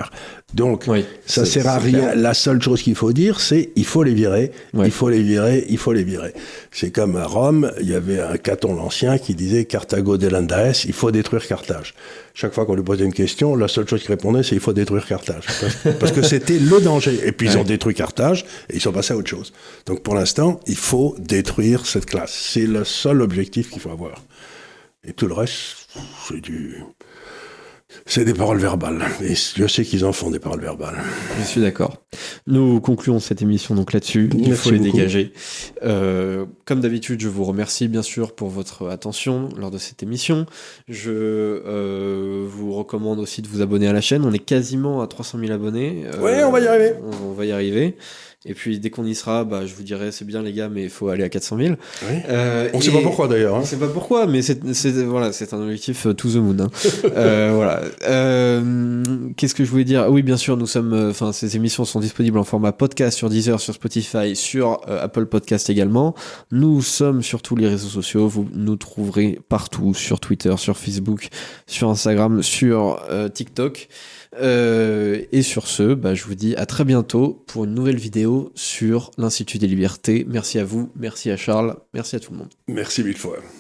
Donc, Oui, ça c'est- sert à c'est rien. clair. La seule chose qu'il faut dire, c'est il faut les virer, Ouais. il faut les virer, il faut les virer. C'est comme à Rome, il y avait un Caton l'Ancien qui disait Carthago delendaes, il faut détruire Carthage. Chaque fois qu'on lui posait une question, la seule chose qu'il répondait, c'est il faut détruire Carthage. Parce, parce que c'était le danger. Et puis ils Ouais. ont détruit Carthage et ils sont passés à autre chose. Donc pour l'instant, il faut détruire cette classe. C'est le seul objectif qu'il faut avoir. Et tout le reste, c'est du... C'est des paroles verbales. Et je sais qu'ils en font des paroles verbales. Je suis d'accord. Nous concluons cette émission donc là-dessus. Il Merci faut les beaucoup. dégager. Euh, comme d'habitude, je vous remercie bien sûr pour votre attention lors de cette émission. Je euh, vous recommande aussi de vous abonner à la chaîne. On est quasiment à trois cent mille abonnés. Euh, Ouais, on va y arriver. On, on va y arriver. Et puis dès qu'on y sera, bah, je vous dirai c'est bien les gars, mais il faut aller à quatre cent mille. Oui. Euh, On ne et- sait pas pourquoi d'ailleurs. On Hein. sait pas pourquoi, mais c'est c'est voilà, c'est un objectif euh, to the moon. Hein. euh, voilà. Euh, Qu'est-ce que je voulais dire? Ah oui, bien sûr, nous sommes. Enfin, ces émissions sont disponibles en format podcast sur Deezer, sur Spotify, sur euh, Apple Podcast également. Nous sommes sur tous les réseaux sociaux. Vous nous trouverez partout, sur Twitter, sur Facebook, sur Instagram, sur euh, TikTok. Euh, et sur ce, bah, je vous dis à très bientôt pour une nouvelle vidéo sur l'Institut des Libertés. Merci à vous, merci à Charles, merci à tout le monde. Merci mille fois.